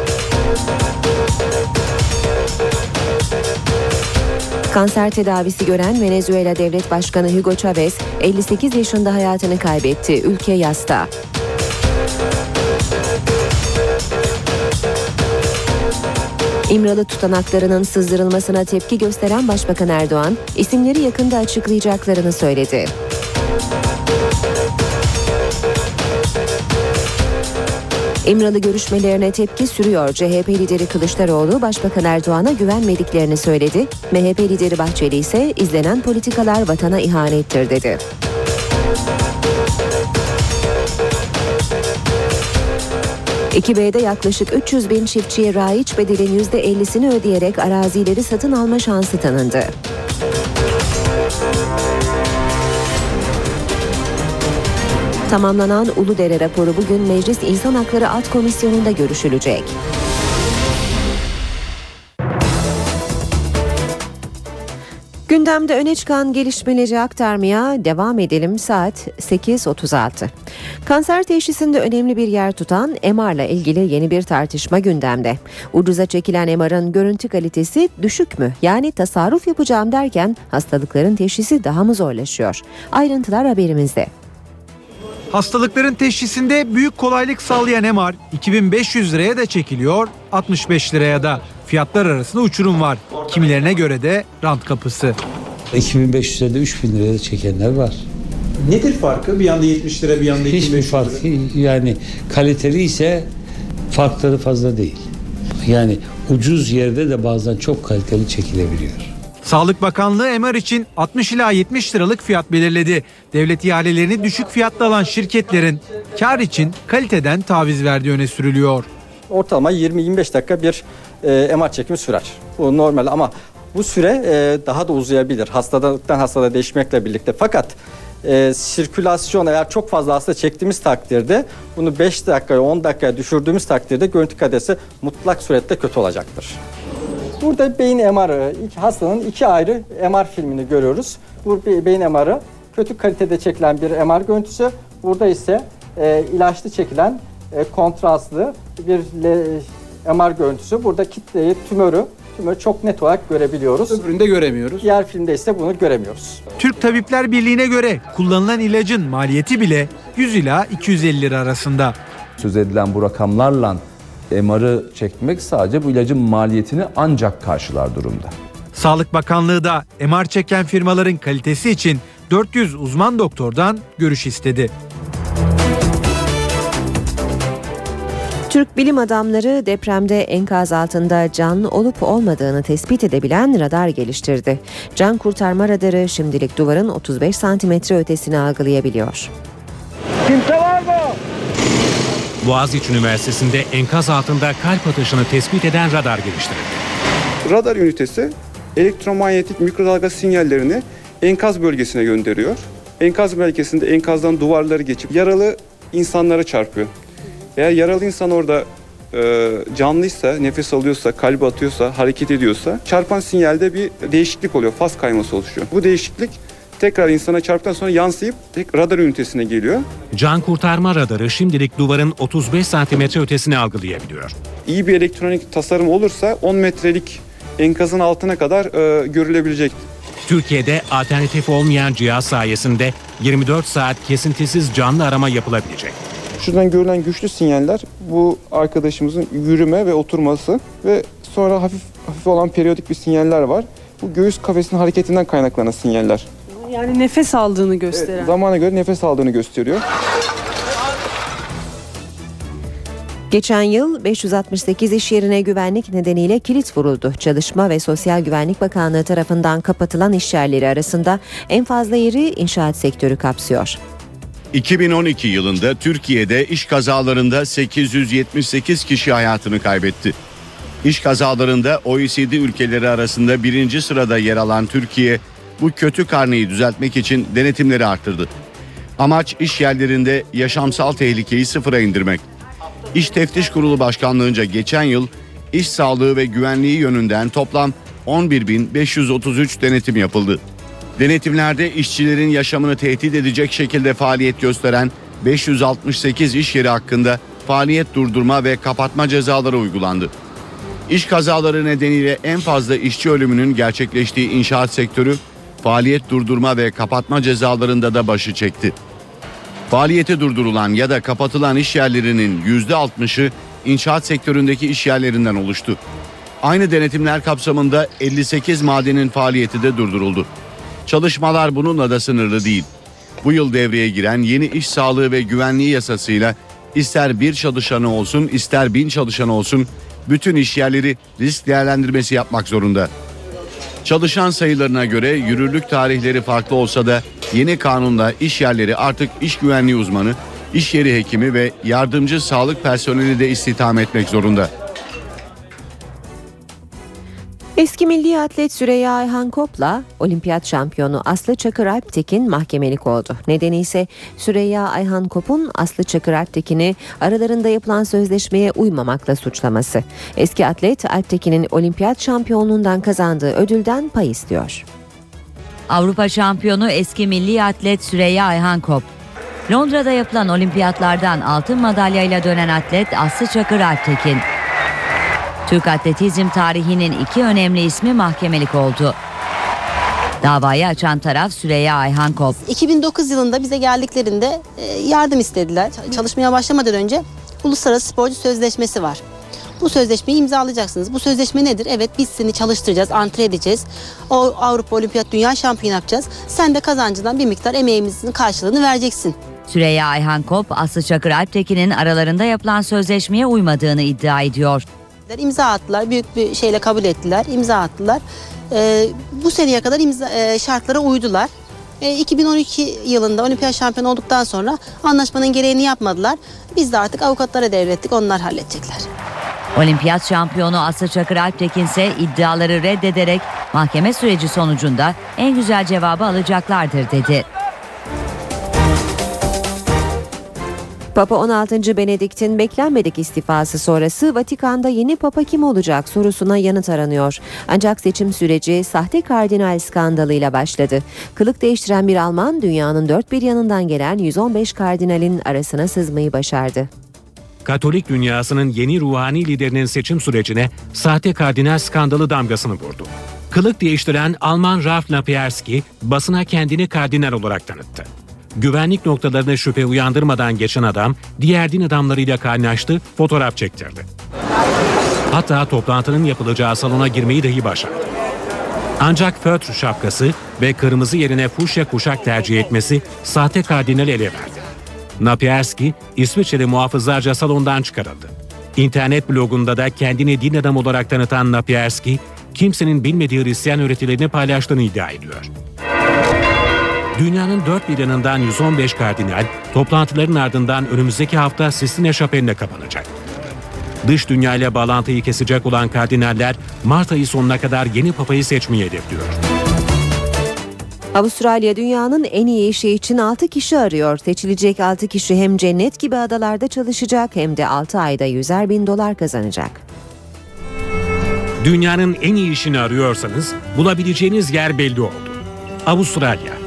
Kanser tedavisi gören Venezuela Devlet Başkanı Hugo Chavez elli sekiz yaşında hayatını kaybetti. Ülke yasta. İmralı tutanaklarının sızdırılmasına tepki gösteren Başbakan Erdoğan, isimleri yakında açıklayacaklarını söyledi. İmralı görüşmelerine tepki sürüyor. C H P lideri Kılıçdaroğlu, Başbakan Erdoğan'a güvenmediklerini söyledi. M H P lideri Bahçeli ise izlenen politikalar vatana ihanettir dedi. iki B'de yaklaşık üç yüz bin çiftçiye raiç bedelin yüzde ellisini ödeyerek arazileri satın alma şansı tanındı. Tamamlanan Uludere raporu bugün Meclis İnsan Hakları Alt Komisyonu'nda görüşülecek. Gündemde öne çıkan gelişmeleri aktarmaya devam edelim. Saat sekiz otuz altı. Kanser teşhisinde önemli bir yer tutan M R'la ilgili yeni bir tartışma gündemde. Ucuza çekilen M R'ın görüntü kalitesi düşük mü? Yani tasarruf yapacağım derken hastalıkların teşhisi daha mı zorlaşıyor? Ayrıntılar haberimizde. Hastalıkların teşhisinde büyük kolaylık sağlayan M R iki bin beş yüz liraya da çekiliyor, altmış beş liraya da. Fiyatlar arasında uçurum var. Kimilerine göre de rant kapısı. iki bin beş yüz lirada üç bin liraya da çekenler var. Nedir farkı? Bir yanda yetmiş lira, bir yanda iki bin beş yüz lira. Hiçbir fark, yani kaliteli ise farkları fazla değil. Yani ucuz yerde de bazen çok kaliteli çekilebiliyor. Sağlık Bakanlığı M R için altmış ila yetmiş liralık fiyat belirledi. Devlet ihalelerini düşük fiyatla alan şirketlerin kar için kaliteden taviz verdiği öne sürülüyor. Ortalama yirmi yirmi beş dakika bir e, M R çekimi sürer. Bu normal ama bu süre e, daha da uzayabilir. Hastalıktan hastada değişmekle birlikte. Fakat e, sirkülasyon eğer çok fazla hasta çektiğimiz takdirde bunu beş dakikaya on dakikaya düşürdüğümüz takdirde görüntü kalitesi mutlak surette kötü olacaktır. Burada beyin M R'ı, hastanın iki ayrı M R filmini görüyoruz. Bu beyin M R'ı kötü kalitede çekilen bir M R görüntüsü. Burada ise e, ilaçlı çekilen e, kontrastlı bir le, M R görüntüsü. Burada kitleyi, tümörü, tümörü çok net olarak görebiliyoruz. Öbüründe göremiyoruz. Diğer filmde ise bunu göremiyoruz. Türk Tabipler Birliği'ne göre kullanılan ilacın maliyeti bile yüz ila iki yüz elli lira arasında. Söz edilen bu rakamlarla M R'ı çekmek sadece bu ilacın maliyetini ancak karşılar durumda. Sağlık Bakanlığı da M R çeken firmaların kalitesi için dört yüz uzman doktordan görüş istedi. Türk bilim adamları depremde enkaz altında can olup olmadığını tespit edebilen radar geliştirdi. Can kurtarma radarı şimdilik duvarın otuz beş santimetre ötesini algılayabiliyor. Kimse var mı? Boğaziçi Üniversitesi'nde enkaz altında kalp atışını tespit eden radar geliştirildi. Radar ünitesi elektromanyetik mikrodalga sinyallerini enkaz bölgesine gönderiyor. Enkaz bölgesinde enkazdan duvarları geçip yaralı insanlara çarpıyor. Eğer yaralı insan orada e, canlıysa, nefes alıyorsa, kalbi atıyorsa, hareket ediyorsa çarpan sinyalde bir değişiklik oluyor. Faz kayması oluşuyor. Bu değişiklik tekrar insana çarptıktan sonra yansıyıp tek radar ünitesine geliyor. Can kurtarma radarı şimdilik duvarın otuz beş santimetre ötesini algılayabiliyor. İyi bir elektronik tasarım olursa on metrelik enkazın altına kadar e, görülebilecek. Türkiye'de alternatif olmayan cihaz sayesinde yirmi dört saat kesintisiz canlı arama yapılabilecek. Şuradan görülen güçlü sinyaller bu arkadaşımızın yürüme ve oturması ve sonra hafif hafif olan periyodik bir sinyaller var. Bu göğüs kafesinin hareketinden kaynaklanan sinyaller. Yani nefes aldığını gösteren. Evet, zamana göre nefes aldığını gösteriyor. Geçen yıl beş yüz altmış sekiz iş yerine güvenlik nedeniyle kilit vuruldu. Çalışma ve Sosyal Güvenlik Bakanlığı tarafından kapatılan iş yerleri arasında en fazla yeri inşaat sektörü kapsıyor. iki bin on iki yılında Türkiye'de iş kazalarında sekiz yüz yetmiş sekiz kişi hayatını kaybetti. İş kazalarında O E C D ülkeleri arasında birinci sırada yer alan Türkiye bu kötü karneyi düzeltmek için denetimleri arttırdı. Amaç iş yerlerinde yaşamsal tehlikeyi sıfıra indirmek. İş Teftiş Kurulu Başkanlığı'nca geçen yıl iş sağlığı ve güvenliği yönünden toplam on bir bin beş yüz otuz üç denetim yapıldı. Denetimlerde işçilerin yaşamını tehdit edecek şekilde faaliyet gösteren beş yüz altmış sekiz iş yeri hakkında faaliyet durdurma ve kapatma cezaları uygulandı. İş kazaları nedeniyle en fazla işçi ölümünün gerçekleştiği inşaat sektörü faaliyet durdurma ve kapatma cezalarında da başı çekti. Faaliyeti durdurulan ya da kapatılan iş yerlerinin yüzde altmışı inşaat sektöründeki iş yerlerinden oluştu. Aynı denetimler kapsamında elli sekiz madenin faaliyeti de durduruldu. Çalışmalar bununla da sınırlı değil. Bu yıl devreye giren yeni iş sağlığı ve güvenliği yasasıyla ister bir çalışanı olsun ister bin çalışanı olsun bütün iş yerleri risk değerlendirmesi yapmak zorunda. Çalışan sayılarına göre yürürlük tarihleri farklı olsa da yeni kanunla iş yerleri artık iş güvenliği uzmanı, iş yeri hekimi ve yardımcı sağlık personeli de istihdam etmek zorunda. Eski milli atlet Süreyya Ayhan Kop'la olimpiyat şampiyonu Aslı Çakır Alptekin mahkemelik oldu. Nedeni ise Süreyya Ayhan Kop'un Aslı Çakır Alptekin'i aralarında yapılan sözleşmeye uymamakla suçlaması. Eski atlet Alptekin'in olimpiyat şampiyonluğundan kazandığı ödülden pay istiyor. Avrupa şampiyonu eski milli atlet Süreyya Ayhan Kop. Londra'da yapılan olimpiyatlardan altın madalyayla dönen atlet Aslı Çakır Alptekin. Türk atletizm tarihinin iki önemli ismi mahkemelik oldu. Davayı açan taraf Süreyya Ayhan Kop. iki bin dokuz yılında bize geldiklerinde yardım istediler. Çalışmaya başlamadan önce Uluslararası Sporcu Sözleşmesi var. Bu sözleşmeyi imzalayacaksınız. Bu sözleşme nedir? Evet, biz seni çalıştıracağız, antre edeceğiz. O Avrupa Olimpiyat Dünya Şampiyonu yapacağız. Sen de kazancından bir miktar emeğimizin karşılığını vereceksin. Süreyya Ayhan Kop, Aslı Çakır Alptekin'in aralarında yapılan sözleşmeye uymadığını iddia ediyor. İmza attılar, büyük bir şeyle kabul ettiler, imza attılar. Ee, bu seneye kadar imza, e, şartlara uydular. E, iki bin on iki yılında olimpiyat şampiyonu olduktan sonra anlaşmanın gereğini yapmadılar. Biz de artık avukatlara devrettik, onlar halledecekler. Olimpiyat şampiyonu Aslı Çakır Alptekin ise iddiaları reddederek mahkeme süreci sonucunda en güzel cevabı alacaklardır dedi. Papa on altıncı Benedikt'in beklenmedik istifası sonrası Vatikan'da yeni papa kim olacak sorusuna yanıt aranıyor. Ancak seçim süreci sahte kardinal skandalıyla başladı. Kılık değiştiren bir Alman dünyanın dört bir yanından gelen yüz on beş kardinalin arasına sızmayı başardı. Katolik dünyasının yeni ruhani liderinin seçim sürecine sahte kardinal skandalı damgasını vurdu. Kılık değiştiren Alman Ralf Napierski basına kendini kardinal olarak tanıttı. Güvenlik noktalarına şüphe uyandırmadan geçen adam diğer din adamlarıyla kaynaştı, fotoğraf çektirdi. Hatta toplantının yapılacağı salona girmeyi dahi başardı. Ancak fötr şapkası ve kırmızı yerine fuşya kuşak tercih etmesi sahte kardinali ele verdi. Napierski, İsviçreli muhafızlarca salondan çıkarıldı. İnternet blogunda da kendini din adamı olarak tanıtan Napierski, kimsenin bilmediği Hristiyan öğretilerini paylaştığını iddia ediyor. Dünyanın dört bir yanından yüz on beş kardinal, toplantıların ardından önümüzdeki hafta Sistine Şapeli'ne kapanacak. Dış dünya ile bağlantıyı kesecek olan kardinaller, Mart ayı sonuna kadar yeni papayı seçmeyi hedefliyor. Avustralya dünyanın en iyi işi için altı kişi arıyor. Seçilecek altı kişi hem cennet gibi adalarda çalışacak hem de altı ayda yüzer bin dolar kazanacak. Dünyanın en iyi işini arıyorsanız bulabileceğiniz yer belli oldu. Avustralya.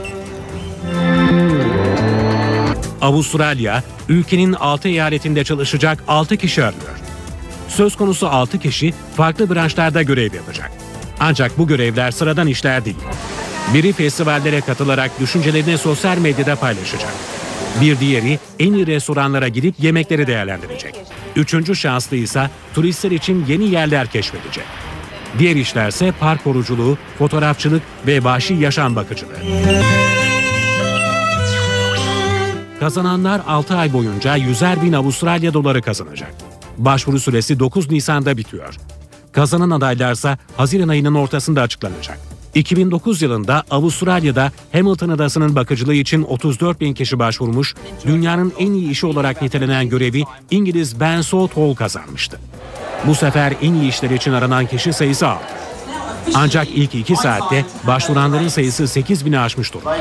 Avustralya, ülkenin altı eyaletinde çalışacak altı kişi arıyor. Söz konusu altı kişi farklı branşlarda görev yapacak. Ancak bu görevler sıradan işler değil. Biri festivallere katılarak düşüncelerini sosyal medyada paylaşacak. Bir diğeri en iyi restoranlara gidip yemekleri değerlendirecek. Üçüncü şanslı ise turistler için yeni yerler keşfedecek. Diğer işlerse park koruculuğu, fotoğrafçılık ve vahşi yaşam bakıcılığı. Kazananlar altı ay boyunca yüzer bin Avustralya doları kazanacak. Başvuru süresi dokuz Nisan'da bitiyor. Kazanan adaylarsa Haziran ayının ortasında açıklanacak. iki bin dokuz yılında Avustralya'da Hamilton Adası'nın bakıcılığı için otuz dört bin kişi başvurmuş, dünyanın en iyi işi olarak nitelenen görevi İngiliz Ben Southall kazanmıştı. Bu sefer en iyi işler için aranan kişi sayısı altı. Ancak ilk iki saatte başvuranların sayısı sekiz bini aşmış durumda.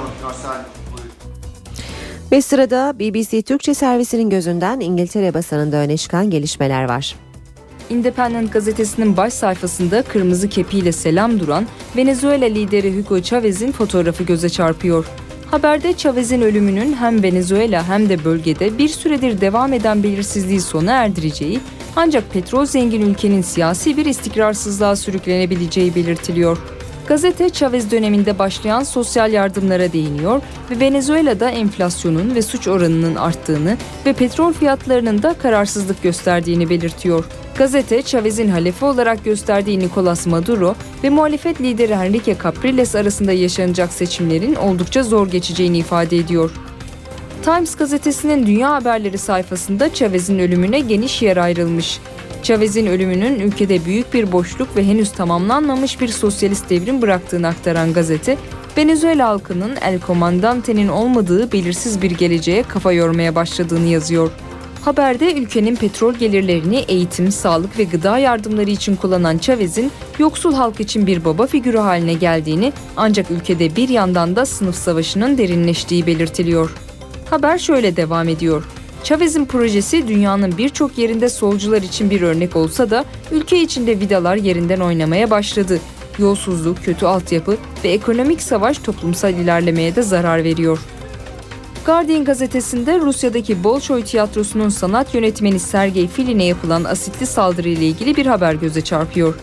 Ve sırada B B C Türkçe servisinin gözünden İngiltere basınında öne çıkan gelişmeler var. Independent gazetesinin baş sayfasında kırmızı kepiyle selam duran Venezuela lideri Hugo Chávez'in fotoğrafı göze çarpıyor. Haberde Chávez'in ölümünün hem Venezuela hem de bölgede bir süredir devam eden belirsizliği sona erdireceği, ancak petrol zengin ülkenin siyasi bir istikrarsızlığa sürüklenebileceği belirtiliyor. Gazete, Chávez döneminde başlayan sosyal yardımlara değiniyor ve Venezuela'da enflasyonun ve suç oranının arttığını ve petrol fiyatlarının da kararsızlık gösterdiğini belirtiyor. Gazete, Chávez'in halefi olarak gösterdiği Nicolás Maduro ve muhalefet lideri Enrique Capriles arasında yaşanacak seçimlerin oldukça zor geçeceğini ifade ediyor. Times gazetesinin Dünya Haberleri sayfasında Chávez'in ölümüne geniş yer ayrılmış. Chávez'in ölümünün ülkede büyük bir boşluk ve henüz tamamlanmamış bir sosyalist devrim bıraktığını aktaran gazete, Venezuela halkının El Comandante'nin olmadığı belirsiz bir geleceğe kafa yormaya başladığını yazıyor. Haberde ülkenin petrol gelirlerini eğitim, sağlık ve gıda yardımları için kullanan Chávez'in yoksul halk için bir baba figürü haline geldiğini, ancak ülkede bir yandan da sınıf savaşının derinleştiği belirtiliyor. Haber şöyle devam ediyor. Chávez'in projesi dünyanın birçok yerinde solcular için bir örnek olsa da ülke içinde vidalar yerinden oynamaya başladı. Yolsuzluk, kötü altyapı ve ekonomik savaş toplumsal ilerlemeye de zarar veriyor. Guardian gazetesinde Rusya'daki Bolşoy tiyatrosunun sanat yönetmeni Sergey Filin'e yapılan asitli saldırı ile ilgili bir haber göze çarpıyor.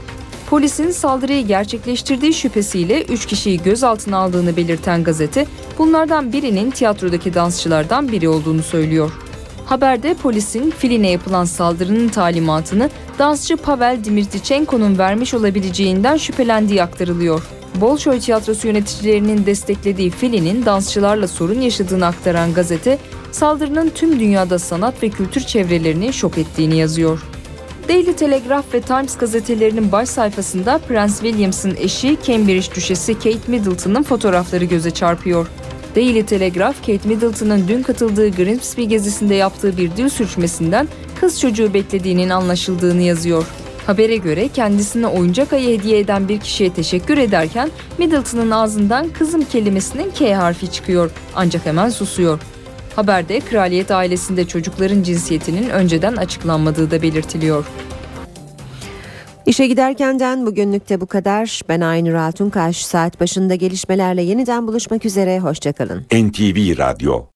Polisin saldırıyı gerçekleştirdiği şüphesiyle üç kişiyi gözaltına aldığını belirten gazete, bunlardan birinin tiyatrodaki dansçılardan biri olduğunu söylüyor. Haberde polisin Filin'e yapılan saldırının talimatını dansçı Pavel Dimirtichenko'nun vermiş olabileceğinden şüphelendiği aktarılıyor. Bolşoy tiyatrosu yöneticilerinin desteklediği Filin'in dansçılarla sorun yaşadığını aktaran gazete, saldırının tüm dünyada sanat ve kültür çevrelerini şok ettiğini yazıyor. Daily Telegraph ve Times gazetelerinin baş sayfasında Prens William's'ın eşi Cambridge Düşesi Kate Middleton'ın fotoğrafları göze çarpıyor. Daily Telegraph, Kate Middleton'ın dün katıldığı Grimsby gezisinde yaptığı bir dil sürçmesinden kız çocuğu beklediğinin anlaşıldığını yazıyor. Habere göre kendisine oyuncak ayı hediye eden bir kişiye teşekkür ederken Middleton'ın ağzından kızım kelimesinin K harfi çıkıyor, ancak hemen susuyor. Haberde kraliyet ailesinde çocukların cinsiyetinin önceden açıklanmadığı da belirtiliyor. İşe giderkenden bugünlük de bu kadar. Ben Aynur Altunkaş. Saat başında gelişmelerle yeniden buluşmak üzere. Hoşçakalın. N T V Radyo